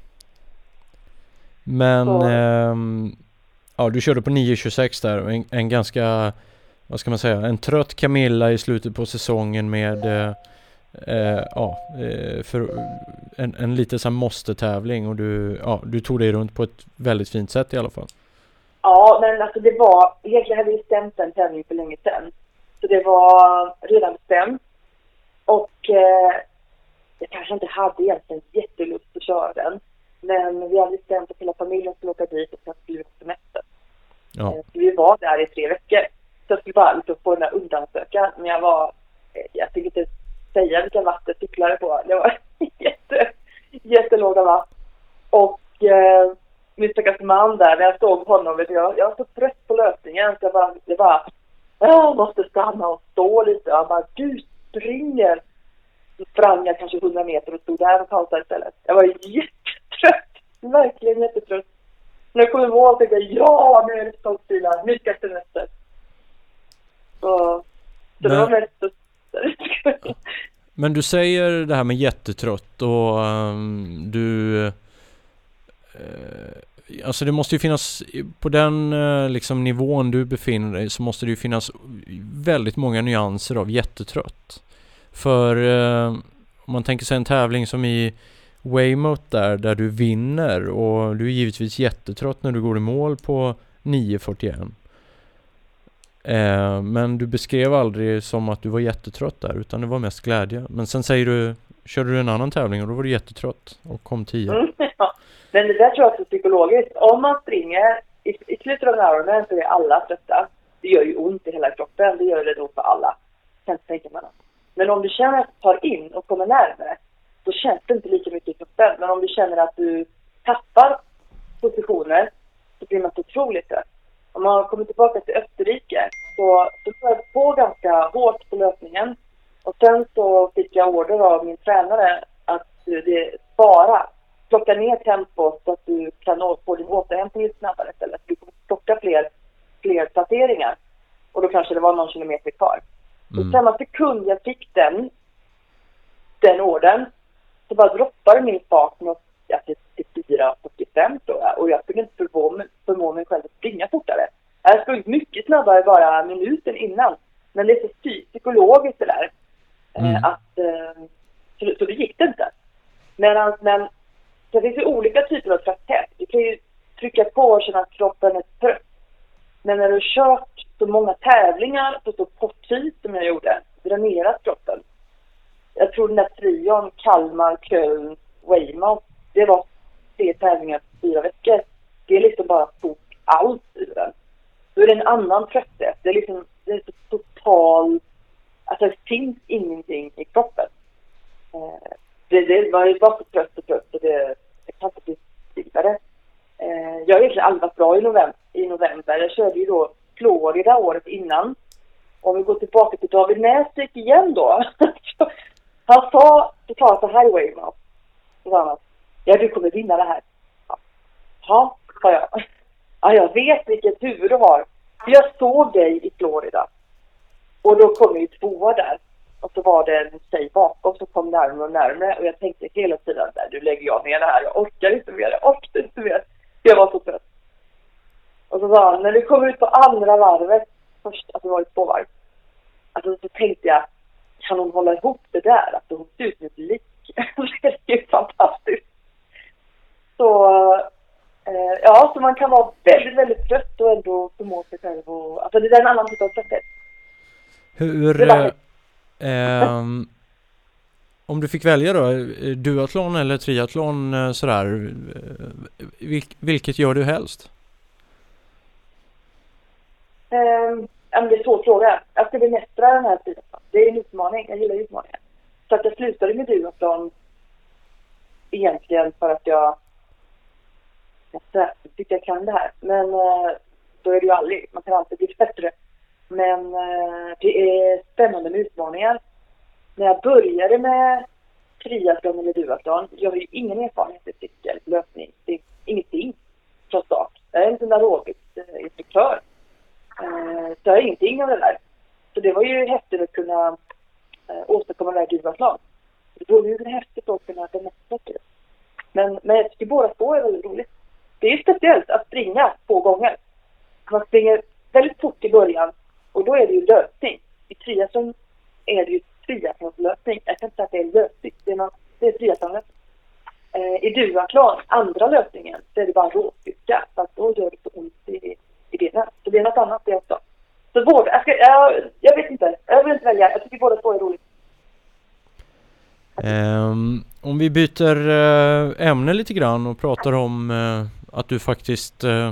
Men, ehm, ja, du körde på nio tjugosex där, en, en ganska, vad ska man säga, en trött Camilla i slutet på säsongen med, eh, eh, ja, för en, en lite så här måste-tävling, och du, ja, du tog dig runt på ett väldigt fint sätt i alla fall. Ja, men alltså det var, egentligen hade vi stämt en tävling för länge sedan. Så det var redan bestämt. Och eh, jag kanske inte hade egentligen jättelust att köra den. Men vi hade bestämt att hela familjen skulle åka dit och sen skulle vi på semester. Ja. Eh, så vi var där i tre veckor. Så jag skulle bara liksom få den där undansökan. Men jag var, eh, jag fick inte säga vilka vatten jag cyklade på. Det var jätte, jättelåga vatt. Och eh, min stackars man där, när jag såg honom, vet jag, jag var så trött på lösningen. Så jag bara, det bara, jag måste stanna och stå lite. Jag bara, du springer. Så sprang jag kanske hundra meter och stod där och pausade istället. Jag var jättetrött. Verkligen jättetrött. När jag kom i mål tänkte jag, ja, nu är det stålstila. Nu ska jag semester. Så, så det var mest så. Men du säger det här med jättetrött och um, du... Uh, alltså det måste ju finnas, på den uh, liksom nivån du befinner dig, så måste det ju finnas väldigt många nyanser av jättetrött. För eh, om man tänker sig en tävling som i Weymouth där, där du vinner och du är givetvis jättetrött när du går i mål på nio fyrtioett. Eh, men du beskrev aldrig som att du var jättetrött där, utan det var mest glädje. Men sen säger du, körde du en annan tävling och då var du jättetrött och kom tio. Mm, ja. Men det där tror jag också är psykologiskt. Om man springer i, i slutet av närvarande så är alla trötta. Det gör ju ont i hela kroppen, det gör det då för alla. Sen tänker man. Men om du känner att du tar in och kommer närmare, då känns det inte lika mycket i kroppen. Men om du känner att du tappar positioner, så blir man så otroligt trött. Om man kommer tillbaka till Österrike, så, så får jag på ganska hårt på löpningen. Och sen så fick jag order av min tränare att det spara, plocka ner tempo så att du kan få din återhämtning snabbare istället. Du kommer plocka fler, fler placeringar. Och då kanske det var någon kilometer kvar. Mm. Och samma sekund jag fick den, den orden, så bara droppade min fart med fyra fyrtiofem tror jag. Och jag kunde inte förmå, förmå mig själv att springa fortare. Jag sprang mycket snabbare bara minuten innan. Men det är så psykologiskt det där. Mm. Att, så, så det gick det inte. Men, men det finns ju olika typer av trötthet. Du kan ju trycka på och känna att kroppen är trött. Men när du har kört så många tävlingar på så kort tid som jag gjorde, dränerat kroppen. Jag tror den där trion, Kalmar, Köln, Weymouth, det var tre tävlingar på fyra veckor. Det är liksom bara tog allt ur den. Då är det en annan trötthet. Det är liksom, det är så total, alltså det finns ingenting i kroppen. Eh, det, det var ju bara så trött och trött och det, det kan inte beskriva det. Eh, jag har egentligen aldrig varit bra i november, i november. Jag körde ju då Florida året innan. Om vi går tillbaka till David Näsvik igen då. Han sa, du tar så här i Weymouth. Ja, du kommer vinna det här. Ja, ja, sa jag. Ja, jag vet vilket huvud du har. Jag såg dig i Florida. Och då kom ju tvåa där. Och så var det en tjej bakom som kom närmare och närmare. Och jag tänkte hela tiden där, du lägger jag ner det här. Jag orkar inte mer, jag orkar inte mer. Jag var så trött. Och så när du kommer ut på andra varvet, först, alltså det var ett två varv, alltså så tänkte jag, kan hon hålla ihop det där? Alltså hon ser ut som ett lik. Det är ju fantastiskt. Så, eh, ja, så man kan vara väldigt, väldigt trött och ändå förmå sig själv. Och, alltså det är en annan typ av trötthet. Hur... Eh, eh, om du fick välja då, duathlon eller triathlon sådär, vil, vilket gör du helst? Um, det är en svår fråga. Jag ska bemästra den här tiden. Det är en utmaning. Jag gillar utmaningar. Så att jag slutade med duathlon egentligen för att jag jag tycker jag kan det här. Men uh, då är det ju aldrig. Man kan alltid bli bättre. Men uh, det är spännande med utmaningar. När jag började med triathlon eller duathlon, jag har ju ingen erfarenhet i cykel, löpning. Det är ingenting från start. Jag är en sån där rådigt uh, instruktör. Uh, så jag har ingenting av det där. Så det var ju häftigt att kunna uh, åstadkomma det här duathlon. Det vore ju häftigt att kunna bemästra det. Men, men jag tycker båda två är väldigt roligt. Det är ju speciellt att springa två gånger. Man springer väldigt fort i början och då är det ju löpning. I triathlon är det ju triathlonlöpning. Jag kan inte säga att det är löpning. Det är, något, det är triathlonlöpning. Uh, I duathlon, andra löpningen, så är det bara råstyrka. Så att då gör det så ont i i benen. Så det är något annat det också. Så båda, jag, ska, jag, jag vet inte. Jag vill inte välja. Jag tycker båda två är roligt. Um, om vi byter uh, ämne lite grann och pratar om uh, att du faktiskt uh,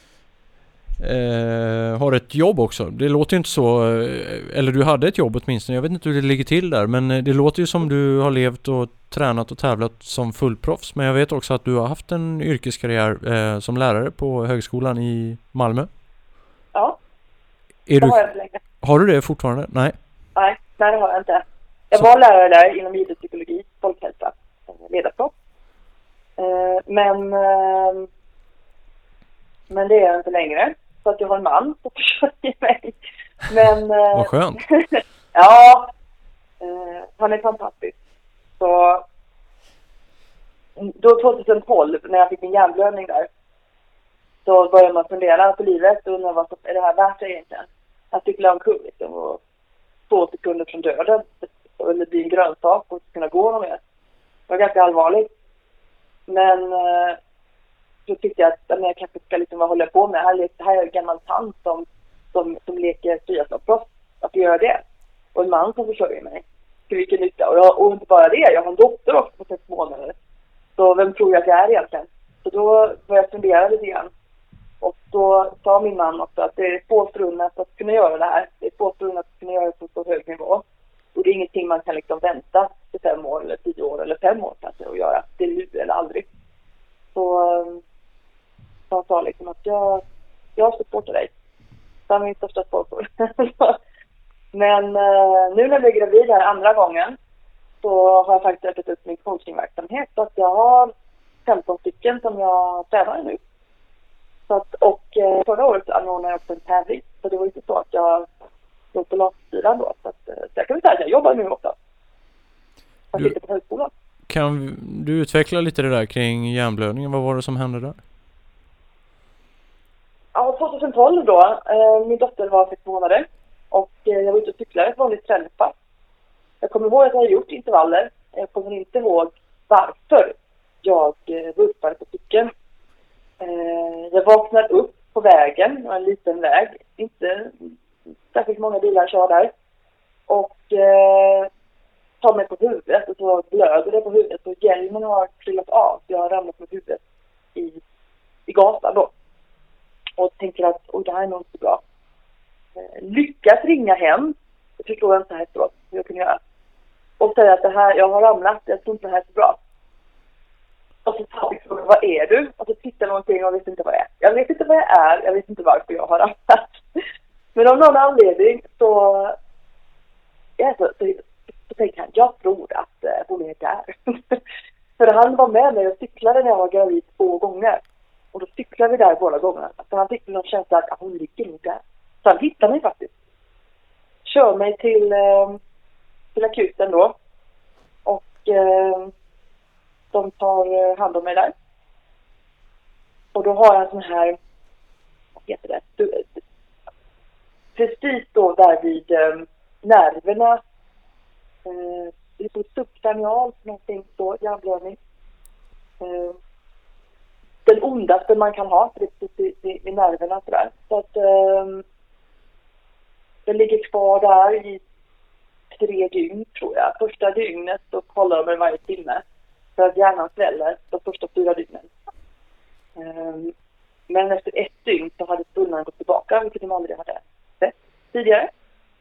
uh, har ett jobb också. Det låter ju inte så, uh, eller du hade ett jobb åtminstone. Jag vet inte hur det ligger till där, men uh, det låter ju som du har levt och tränat och tävlat som fullproffs. Men jag vet också att du har haft en yrkeskarriär uh, som lärare på högskolan i Malmö. Ja, är det du, har jag inte längre. Har du det fortfarande? Nej. Nej, nej det har jag inte. Jag så. var lärare där inom idrottspsykologi, folkhälsa, ledarskap. Uh, men, uh, men det är jag inte längre. Så att jag har en man som försörjer mig. Men, uh, vad skönt. Ja, uh, han är fantastisk. Så då tjugohundratolv, när jag fick min hjärnblödning där, så började man fundera på livet och undra vad är det här värt egentligen. Jag cyklar omkull liksom, och två sekunder från döden eller bli en grönsak och kunna gå någon mer. Det var ganska allvarligt. Men eh, så tyckte jag att jag kanske ska liksom vad hålla på med. Här, här är en gammal tant som, som, som leker triathlonproffs. Att göra det. Och en man som försörjer mig. Till vilken nytta. Och, jag, och inte bara det, jag har en dotter också på sex månader. Så vem tror jag att jag är egentligen? Så då började jag fundera lite grann. Och då sa min man också att det är få förunnat att kunna göra det här. Det är få förunnat att kunna göra det på så hög nivå. Och det är ingenting man kan liksom vänta till fem år eller tio år eller fem år kanske att göra. Det är nu eller aldrig. Så, så han sa liksom att jag, jag supportar dig. Det är min största sponsor. Men nu när jag blir gravid här andra gången så har jag faktiskt öppnat upp min coachingverksamhet. Så att jag har femton stycken som jag tränar nu. Så att, och eh, förra året anordnade jag också en tävling. Så det var inte så att jag låg på lagstyran då. Så, att, så jag kan väl säga att jag jobbar nu också. Jag sitter på högskolan. Kan du utveckla lite det där kring hjärnblödningen? Vad var det som hände där? Ja, tjugohundratolv då. Eh, min dotter var sex månader. Och eh, jag var ute och cyklade ett vanligt träningspass. Jag kommer ihåg att jag hade gjort intervaller. Jag kommer inte ihåg varför jag eh, vurpade på cykeln. Eh, jag vaknade upp på vägen, en liten väg, inte särskilt många bilar kör där, och eh, tar mig på huvudet och så blöder det på huvudet och hjälmen har trillat av, så jag har ramlat med huvudet i, i gatan då och tänker att oj, det här är nog inte så bra. Eh, lyckas ringa hem, jag förstår inte här så hur jag kunde göra, och säga att det här, jag har ramlat, jag tror inte det här är så bra. Och så sa jag, vad är du? Och så tittar någonting och jag vet inte vad jag är. Jag vet inte vad jag är, jag vet inte varför jag har ramlat. Men av någon anledning så, ja, så, så, så tänkte han, jag tror att eh, hon är där. För han var med mig och cyklade när jag var gravid två gånger. Och då cyklade vi där båda gångerna. Så han fick någon känsla att ah, hon ligger nog där. Så han hittade mig faktiskt. Kör mig till, eh, till akuten då. Och eh, de tar hand om mig där. Och då har jag en sån här heter det. Du, precis då där vid um, nerverna. Uh, det är så subkranialt, någonting så, hjärnblödning. Uh, den ondaste man kan ha, för det är precis vid, vid nerverna sådär. Så att um, den ligger kvar där i tre dygn tror jag. Första dygnet så kollar de varje timme för att hjärnan sväller de första fyra dygnen. Um, men efter ett dygn så hade svullnaden gått tillbaka, vilket de aldrig hade sett tidigare.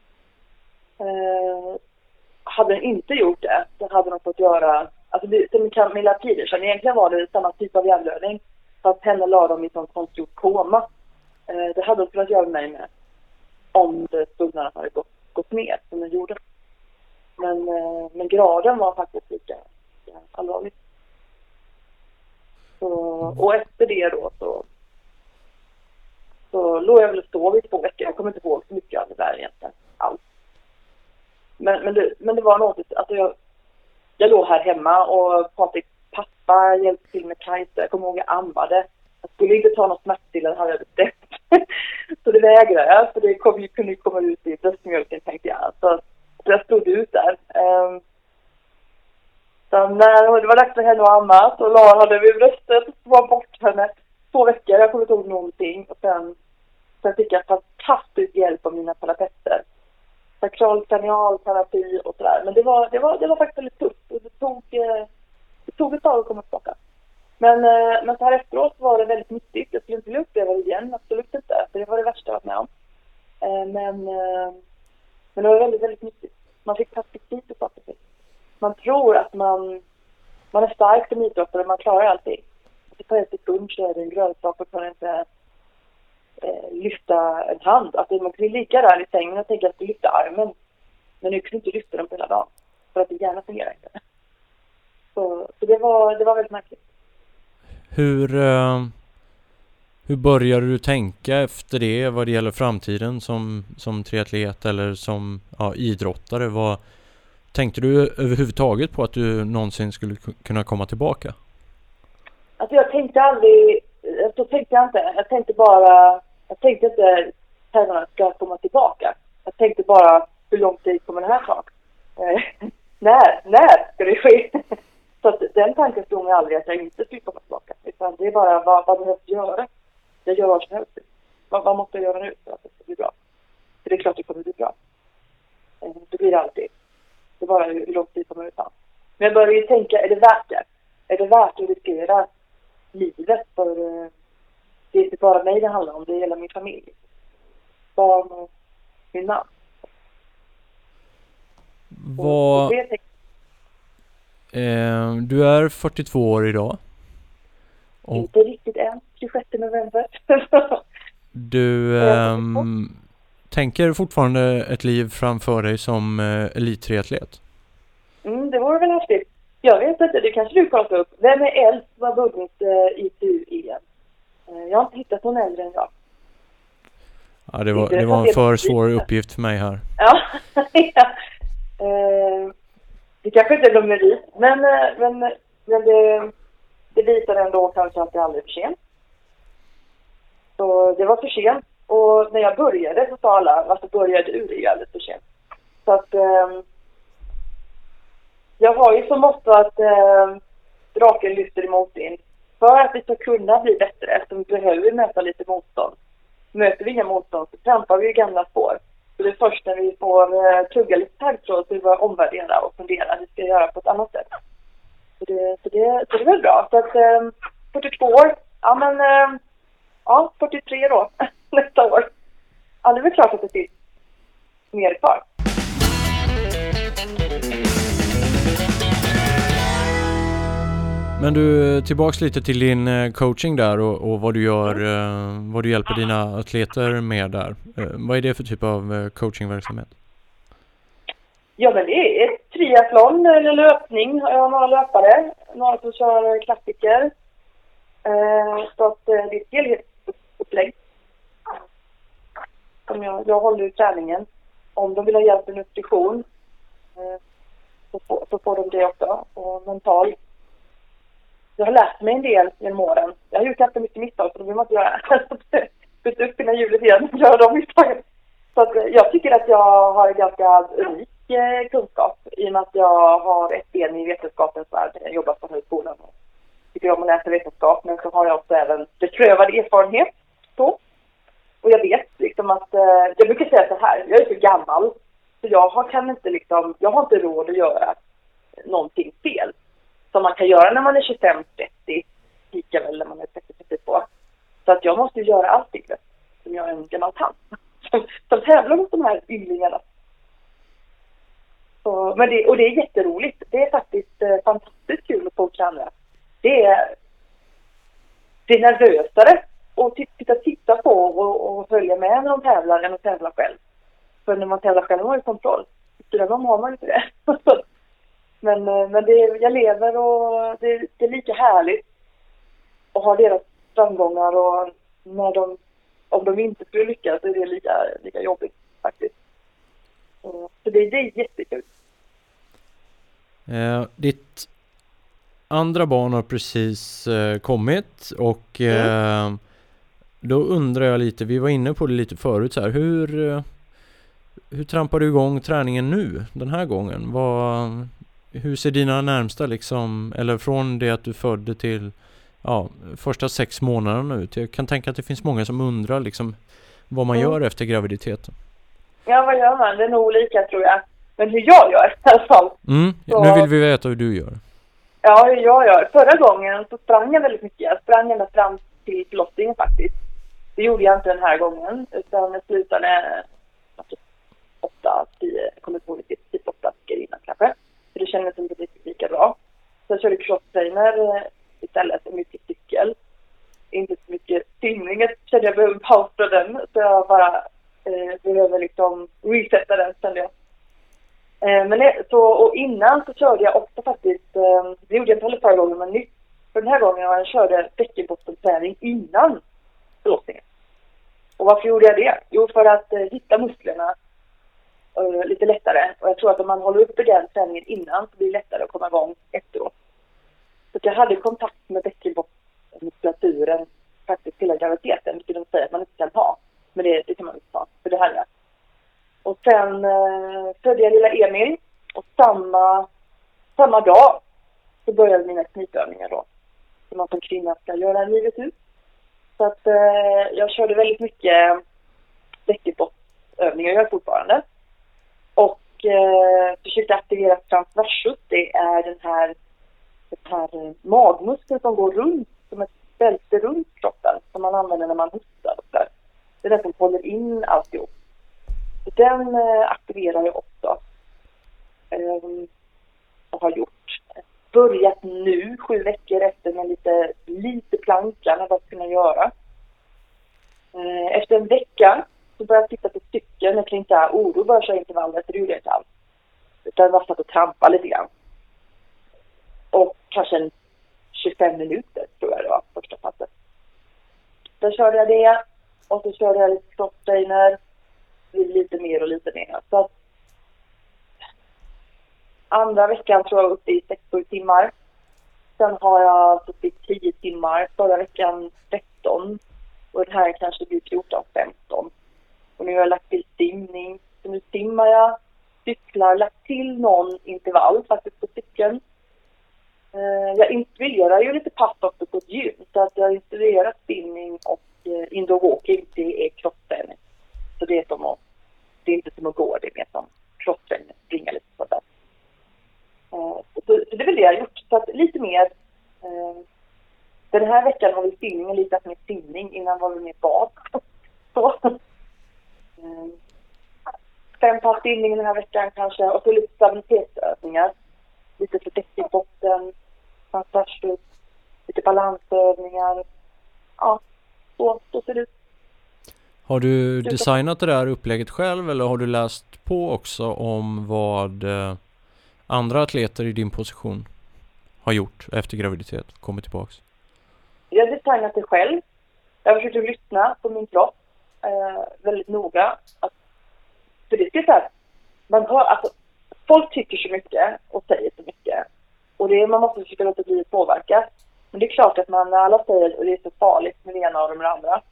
Uh, hade den inte gjort det så hade de fått göra, alltså det, som Camilla Pedersen, egentligen var det samma typ av hjärnblödning, fast henne la de i sån konstgjord koma. Uh, det hade de kunnat göra mig med om svullnaden hade gått, gått ner som den gjorde. Men, uh, men graden var faktiskt lika, lika allvarlig. Så, och efter det då så, så låg jag väl och sov i två veckor. Jag kommer inte ihåg så mycket av det där egentligen alls. Men, men, det, men det var något, alltså jag, jag låg här hemma och Patriks pappa hjälpte till med Kajsa. Jag kommer ihåg jag ammade. Jag skulle inte ta något smärtstillande, hade jag bestämt. Så det vägrade jag, för det kom, kunde komma ut i bröstmjölken, tänkte jag. Så, så jag stod ut där. Um, så när det var dags för henne att amma så la hade vi bröstet och var bort henne två veckor. Jag kommer inte ihåg någonting. Och sen, sen fick jag fantastisk hjälp av mina terapeuter. Sakralkranialterapi och sådär. Men det var, det, var, det var faktiskt väldigt tufft. Och det tog, det tog ett tag att komma tillbaka. Men, men så här efteråt var det väldigt nyttigt. Jag skulle inte vilja uppleva det igen. Absolut inte. För det var det värsta jag varit med om. Men, men det var väldigt, väldigt nyttigt. Man fick perspektiv på saker. Man tror att man, man är stark som idrottare och man klarar allting. På en sekund så är det en grönsak och kan inte eh, lyfta en hand. Alltså man kan ligga där i sängen och tänka att du lyfter armen. Men nu kan du inte lyfta den på hela dagen. För att det gärna fungerar inte. Så, så det, var, det var väldigt märkligt. Hur, uh, hur började du tänka efter det vad det gäller framtiden som, som triatlet eller som ja, idrottare? Vad tänkte du överhuvudtaget på att du någonsin skulle kunna komma tillbaka? Alltså jag tänkte aldrig, så tänkte jag inte. Jag tänkte bara, jag tänkte inte att jag ska komma tillbaka. Jag tänkte bara, hur lång tid kommer det här ta? Eh, när, när ska det ske? Så att den tanken stod mig aldrig att jag inte skulle komma tillbaka. Utan det är bara, vad, vad behövs göra? Jag gör vad som helst. Vad, vad måste jag göra nu för att det ska bli bra? För det är klart det kommer bli bra. Eh, det blir det alltid. Det är bara hur, hur lång tid kommer det ta. Men jag började ju tänka, är det värt det? Är det värt att riskera livet? För uh, det är inte bara mig det handlar om, det är hela min familj. Barn och min man. Vad... Och det eh, du är fyrtiotvå år idag. Och... Inte riktigt än, tjugosjätte november. Du eh, tänker fortfarande ett liv framför dig som eh, elittriatlet? Mm, det vore väl häftigt. Jag vet inte, det kanske du kollar upp. Vem är äldst som har vunnit uh, I T U-E M? Uh, jag har inte hittat någon äldre än jag. Ja, det var, det var en för svår uppgift för mig här. Ja, ja. Uh, det kanske inte är någon merit. Men, uh, men, men det, det visar ändå kanske att det aldrig är för sent. Så det var för sent. Och när jag började så sa alla, varför började du? Det är alldeles för sent. Så att... Um, Jag har ju som motto att eh, draken lyfter i motvind. För att vi ska kunna bli bättre, eftersom vi behöver möta lite motstånd. Möter vi inga motstånd så trampar vi i gamla spår. Så det är först när vi får eh, tugga lite taggtråd så vi börjar omvärdera och fundera att vi ska göra på ett annat sätt. Så det, så det, så det är väl bra. Så att eh, fyrtiotvå år, ja men eh, ja, fyrtiotre då nästa år. Ja, det är väl klart att det finns mer kvar. Men du, tillbaks lite till din coaching där och, och vad du gör, mm. vad du hjälper dina atleter med där. Vad är det för typ av coachingverksamhet? Ja, men det är ett triathlon eller löpning. Jag har några löpare, några som kör klassiker. Så att det är ett helhetsupplägg. Som jag, jag håller i träningen. Om de vill ha hjälp med nutrition så får, så får de det också. Och mental. Jag har lärt mig en del genom åren. Jag har gjort ganska mycket misstag så det vill man inte göra. byta upp innan hjulet igen och göra de misstagen. Så att jag tycker att jag har en ganska unik kunskap i och med att jag har ett ben i vetenskapens värld. Jag jobbar på högskolan och tycker om att läsa vetenskap, men så har jag också även beprövad erfarenhet så. Och jag vet liksom att, jag brukar säga så här, jag är så gammal så jag har, kan inte liksom, jag har inte råd att göra någonting fel som man kan göra när man är tjugofem trettio, lika väl när man är trettio trettiotvå. Så att jag måste göra allting som jag är en gammal tant som, som tävlar mot de här ynglingarna. Så, men det, och det är jätteroligt. Det är faktiskt eh, fantastiskt kul att få andra. Det är, det är nervösare att titta, titta på och, och följa med när de tävlar än att tävla själv. För när man tävlar själv har man ju kontroll. Styra dem har man ju inte det. men men det, jag lever och det, det är lika härligt att ha deras framgångar och när de, om de inte skulle lyckas så är det lika, lika jobbigt faktiskt. Så det, det är jättekul. Eh, ditt andra barn har precis eh, kommit och eh, mm. då undrar jag lite, vi var inne på det lite förut så här, hur, eh, hur trampar du igång träningen nu den här gången? Vad, hur ser dina närmsta liksom, eller från det att du födde till ja, första sex månaderna ut? Jag kan tänka att det finns många som undrar liksom vad man mm. gör efter graviditeten. Ja, vad gör man? Det är nog olika tror jag. Men hur jag gör i alla fall. Mm. Så, nu vill vi veta hur du gör. Ja, hur jag gör. Förra gången så sprang jag väldigt mycket. Jag sprang ända fram till förlossningen faktiskt. Det gjorde jag inte den här gången. Utan jag slutade åtta, tio, jag kommer inte ihåg det, typ åtta veckor innan kanske. För det kändes inte riktigt lika bra. Så jag körde crosstrainer istället och mycket cykel. Inte så mycket simning. Jag kände jag behövde pausa den. Så jag bara eh, behöver liksom resetta den kände jag. Eh, men det, så, och innan så körde jag ofta faktiskt, eh, det gjorde jag inte heller förra gången men nytt. För den här gången jag körde bäckenbottenträning innan förlossningen. Och varför gjorde jag det? Jo, för att eh, hitta musklerna eh, lite lättare. Och jag tror att om man håller uppe den träningen innan så blir det lättare att komma igång efteråt. Så att jag hade kontakt med bäckenbottenmuskulaturen faktiskt hela graviditeten. Vilket de säger att man inte kan ha. Men det, det kan man inte ha, för det här är. Och sen eh, födde jag lilla Emil. Och samma, samma dag så började mina knipövningar då. Som man som kvinna ska göra livet ut. Så att eh, jag körde väldigt mycket bäckenbottenövningar, jag gör fortfarande. Och eh, försökte aktivera transversus. Det är den här, den här magmuskeln som går runt som ett bälte runt kroppen. Som man använder när man hostar och där. Det är den som håller in alltihop. Så den eh, aktiverar jag också. Um, och har gjort. Börjat nu, sju veckor efter med lite, lite planka när vad ska kunna göra. Uh, efter en vecka så började jag titta på cykeln. Jag tänkte att oro börjar köra intervaller, för det gjorde jag inte alls. Utan jag var satt och trampa lite grann. Och kanske en tjugofem minuter tror jag det var första passet. Då körde jag det. Och så körde jag lite crosstrainer. Lite mer och lite mer. Så att andra veckan tror jag uppe i sex sju timmar. Sen har jag uppe i tio timmar. Förra veckan tretton. Och den här kanske blir fjorton femton. Och nu har jag lagt till simning. Så nu simmar jag, cyklar, lagt till någon intervall faktiskt på cykeln. Jag inspirerar ju lite pass också på ett gym. Så att jag inspirerar spinning och indoor walking. Det är crossträning. Så det är som att, det är inte som att gå, det är mer som crossträning, springa lite på det. Så, så det är väl det jag har gjort. Så att lite mer, den här veckan har vi simningen lite mer simning, innan var vi mer bad. Så. Fem pass simning den här veckan kanske, och så lite stabilitetsövningar. Lite för bäckenbotten, transversus, lite balansövningar. Ja, så, så ser det ut. Har du designat det där upplägget själv eller har du läst på också om vad eh, andra atleter i din position har gjort efter graviditet, kommit tillbaks? Jag har designat det själv. Jag har försökt att lyssna på min kropp eh, väldigt noga. Att, för det är så här, man har, alltså, folk tycker så mycket och säger så mycket. Och det, man måste försöka låta bli påverka. Men det är klart att man, när alla säger att det är så farligt med det ena och det andra.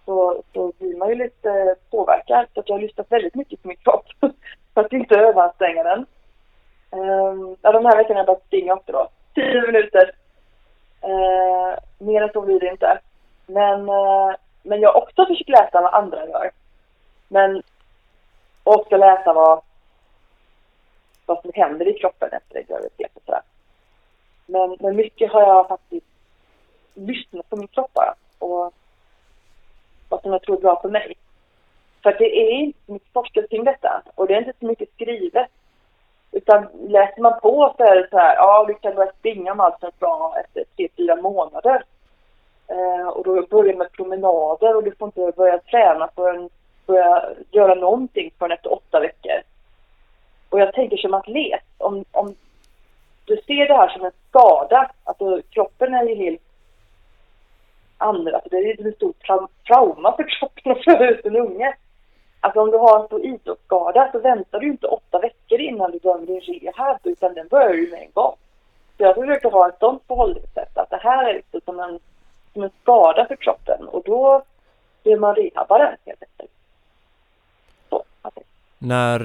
så, så blir man ju lite påverkad. Så att jag har lyssnat väldigt mycket på min kropp för att inte överanstränga den. Um, ja, de här veckorna har jag börjat springa också då. Tio minuter. Uh, mer än så blir det inte. Men, uh, men jag har också försökt läsa vad andra gör. Men också läsa vad, vad som händer i kroppen efter en graviditet och sådär. Men, men mycket har jag faktiskt lyssnat på min kropp bara. Och vad som jag tror är bra för mig. För det är inte så mycket forskat kring detta. Och det är inte så mycket skrivet. Utan läser man på så är det så här, ja, du kan börja springa med allt som är bra efter tre, fyra månader. Eh, och då börjar med promenader och du får inte börja träna förrän börja göra någonting förrän efter åtta veckor. Och jag tänker som atlet, om, om du ser det här som en skada, alltså kroppen är ju helt andra, alltså det är ju ett stort tra- trauma för kroppen att föda ut en unge. Alltså om du har en stor idrottsskada så väntar du inte åtta veckor innan du börjar din rehab, utan den börjar ju med en gång. Så jag försöker ha ett sånt förhållningssätt, att det här är liksom som en, som en skada för kroppen. Och då blir man rehabare helt enkelt. Så, alltså. När,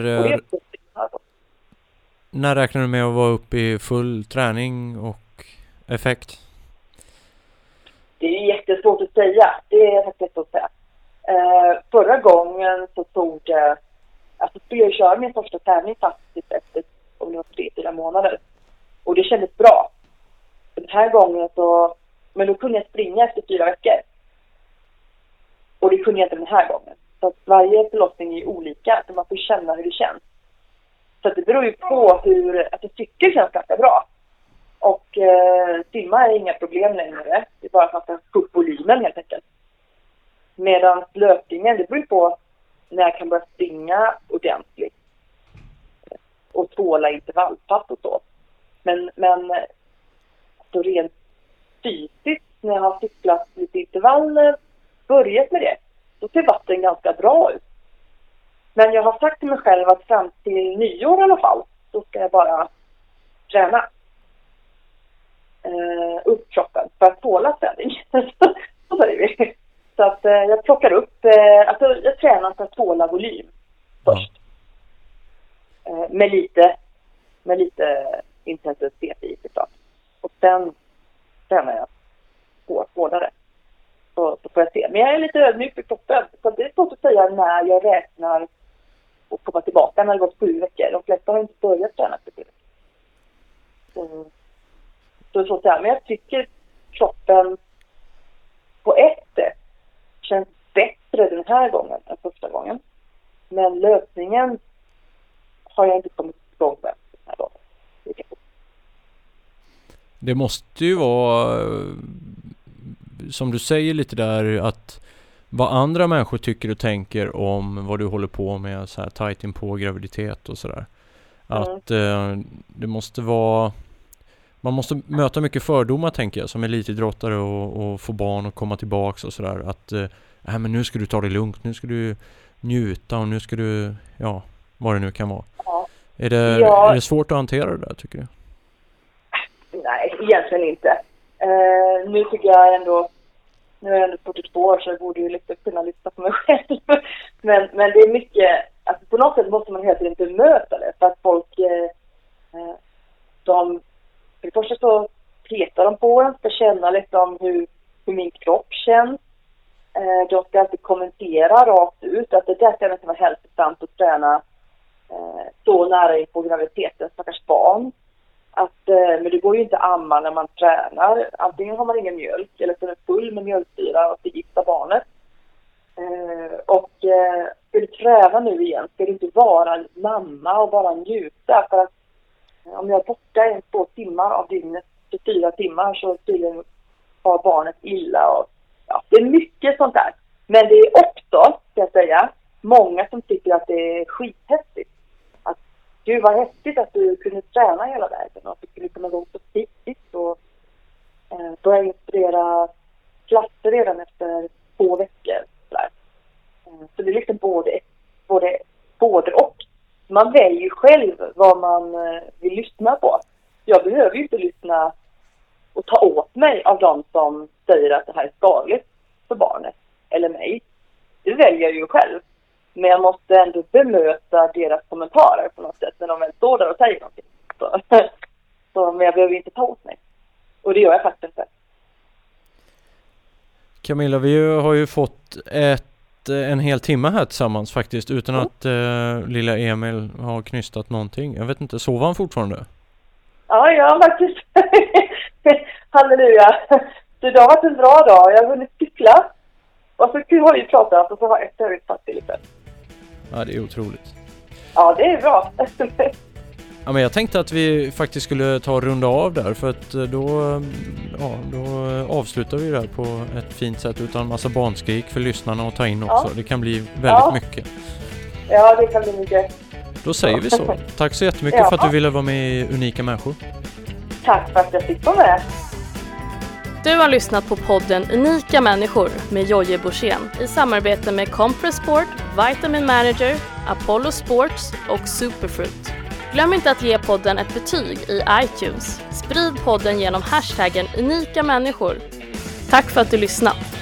när räknar du med att vara uppe i full träning och effekt? Det är jättesvårt att säga. Det är faktiskt att säga. Uh, förra gången så tog det, alltså skulle jag köra min första tävling faktiskt efter om det var tre, fyra månader. Och det kändes bra. Den här gången så, men då kunde jag springa efter fyra veckor. Och det kunde jag inte den här gången. Så att varje förlossning är olika, så man får känna hur det känns. Så att det beror ju på hur, att jag tycker känns ganska bra. Och eh, simma är inga problem längre. Det är bara att man ska få upp volymen helt enkelt. Medan löpningen, det beror på när jag kan börja springa ordentligt. Och tåla intervallpass och så. Men, men så rent fysiskt, när jag har cyklat lite intervaller, börjat med det, så ser vatten ganska bra ut. Men jag har sagt till mig själv att fram till nyår i alla fall, så ska jag bara träna eh, upp kroppen för att tåla ställning. Så säger vi. Så att eh, jag plockar upp, eh, alltså jag tränar för att tåla volym först. Eh, med lite, med lite intensitet i såklart. Och sen tränar jag på hårdare. Så, så får jag se. Men jag är lite ödmjuk för kroppen. Så det är svårt att säga när jag räknar och komma tillbaka när det gått sju veckor. De flesta har inte börjat träna för sju veckor. Så, så, så att säga. Men jag tycker kroppen på ett sätt känns bättre den här gången än första gången. Men lösningen har jag inte kommit igång med den här dagen. Det måste ju vara, som du säger lite där, att vad andra människor tycker och tänker om vad du håller på med så här tajt in på graviditet och sådär. Mm. Att eh, det måste vara, man måste möta mycket fördomar tänker jag som elitidrottare och, och få barn och komma tillbaks och sådär. Att eh, äh, men nu ska du ta det lugnt, nu ska du njuta och nu ska du, ja, vad det nu kan vara. Ja. Är, det, ja. är det svårt att hantera det där tycker du? Nej, egentligen inte. Uh, nu tycker jag ändå, nu är jag ändå fyrtiotvå år så jag borde ju lite kunna lyssna på mig själv. men, men det är mycket, alltså på något sätt måste man helt enkelt bemöta det. För att folk, uh, de, för det första så petar de på en, ska känna lite om hur, hur min kropp känns. Uh, de ska alltid kommentera rakt ut att det där ska inte vara hälsosamt att träna uh, så nära in på graviditeten, stackars barn. Att, eh, men det går ju inte att amma när man tränar. Antingen har man ingen mjölk eller så är det full med mjölksyra och förgiftar barnet. Eh, och eh, ska du träna nu igen ska du inte vara mamma och bara njuta. För att eh, om jag är borta en två timmar av dygnet till fyra timmar så tydligen har barnet illa. Och, ja, det är mycket sånt där. Men det är också, ska jag säga, många som tycker att det är skithäftigt. Gud vad häftigt att du kunde träna hela vägen och att du kunde komma igång så tidigt och eh, börja inspirera klasser redan efter två veckor. Eh, så det är liksom både, både, både och. Man väljer ju själv vad man eh, vill lyssna på. Jag behöver ju inte lyssna och ta åt mig av de som säger att det här är skadligt för barnet eller mig. väljer jag ju själv. Men jag måste ändå bemöta deras kommentarer på något sätt när de väl står där och säger någonting. Så, så, men jag behöver inte ta åt mig. Och det gör jag faktiskt inte. Camilla, vi har ju fått ett, en hel timme här tillsammans faktiskt utan mm. att uh, lilla Emil har knystat någonting. Jag vet inte, sover han fortfarande? Ja, ja faktiskt. Halleluja. Så det har varit en bra dag. Jag har hunnit cykla. Och så har vi pratat och så har ett övrigt fatt till ikväll. Ja, det är otroligt. Ja, det är bra. Ja, men jag tänkte att vi faktiskt skulle ta och runda av där för att då, ja, då avslutar vi det här på ett fint sätt utan massa barnskrik för lyssnarna att ta in också. Ja. Det kan bli väldigt ja. mycket. Ja, det kan bli mycket. Då säger vi så. Tack så jättemycket ja. för att du ville vara med i Unika Människor. Tack för att jag fick vara med. Du har lyssnat på podden Unika Människor med Jojje Borssén i samarbete med Compress Sport, Vitamin Manager, Apollo Sports och Superfruit. Glöm inte att ge podden ett betyg i iTunes. Sprid podden genom hashtaggen Unika Människor. Tack för att du lyssnat.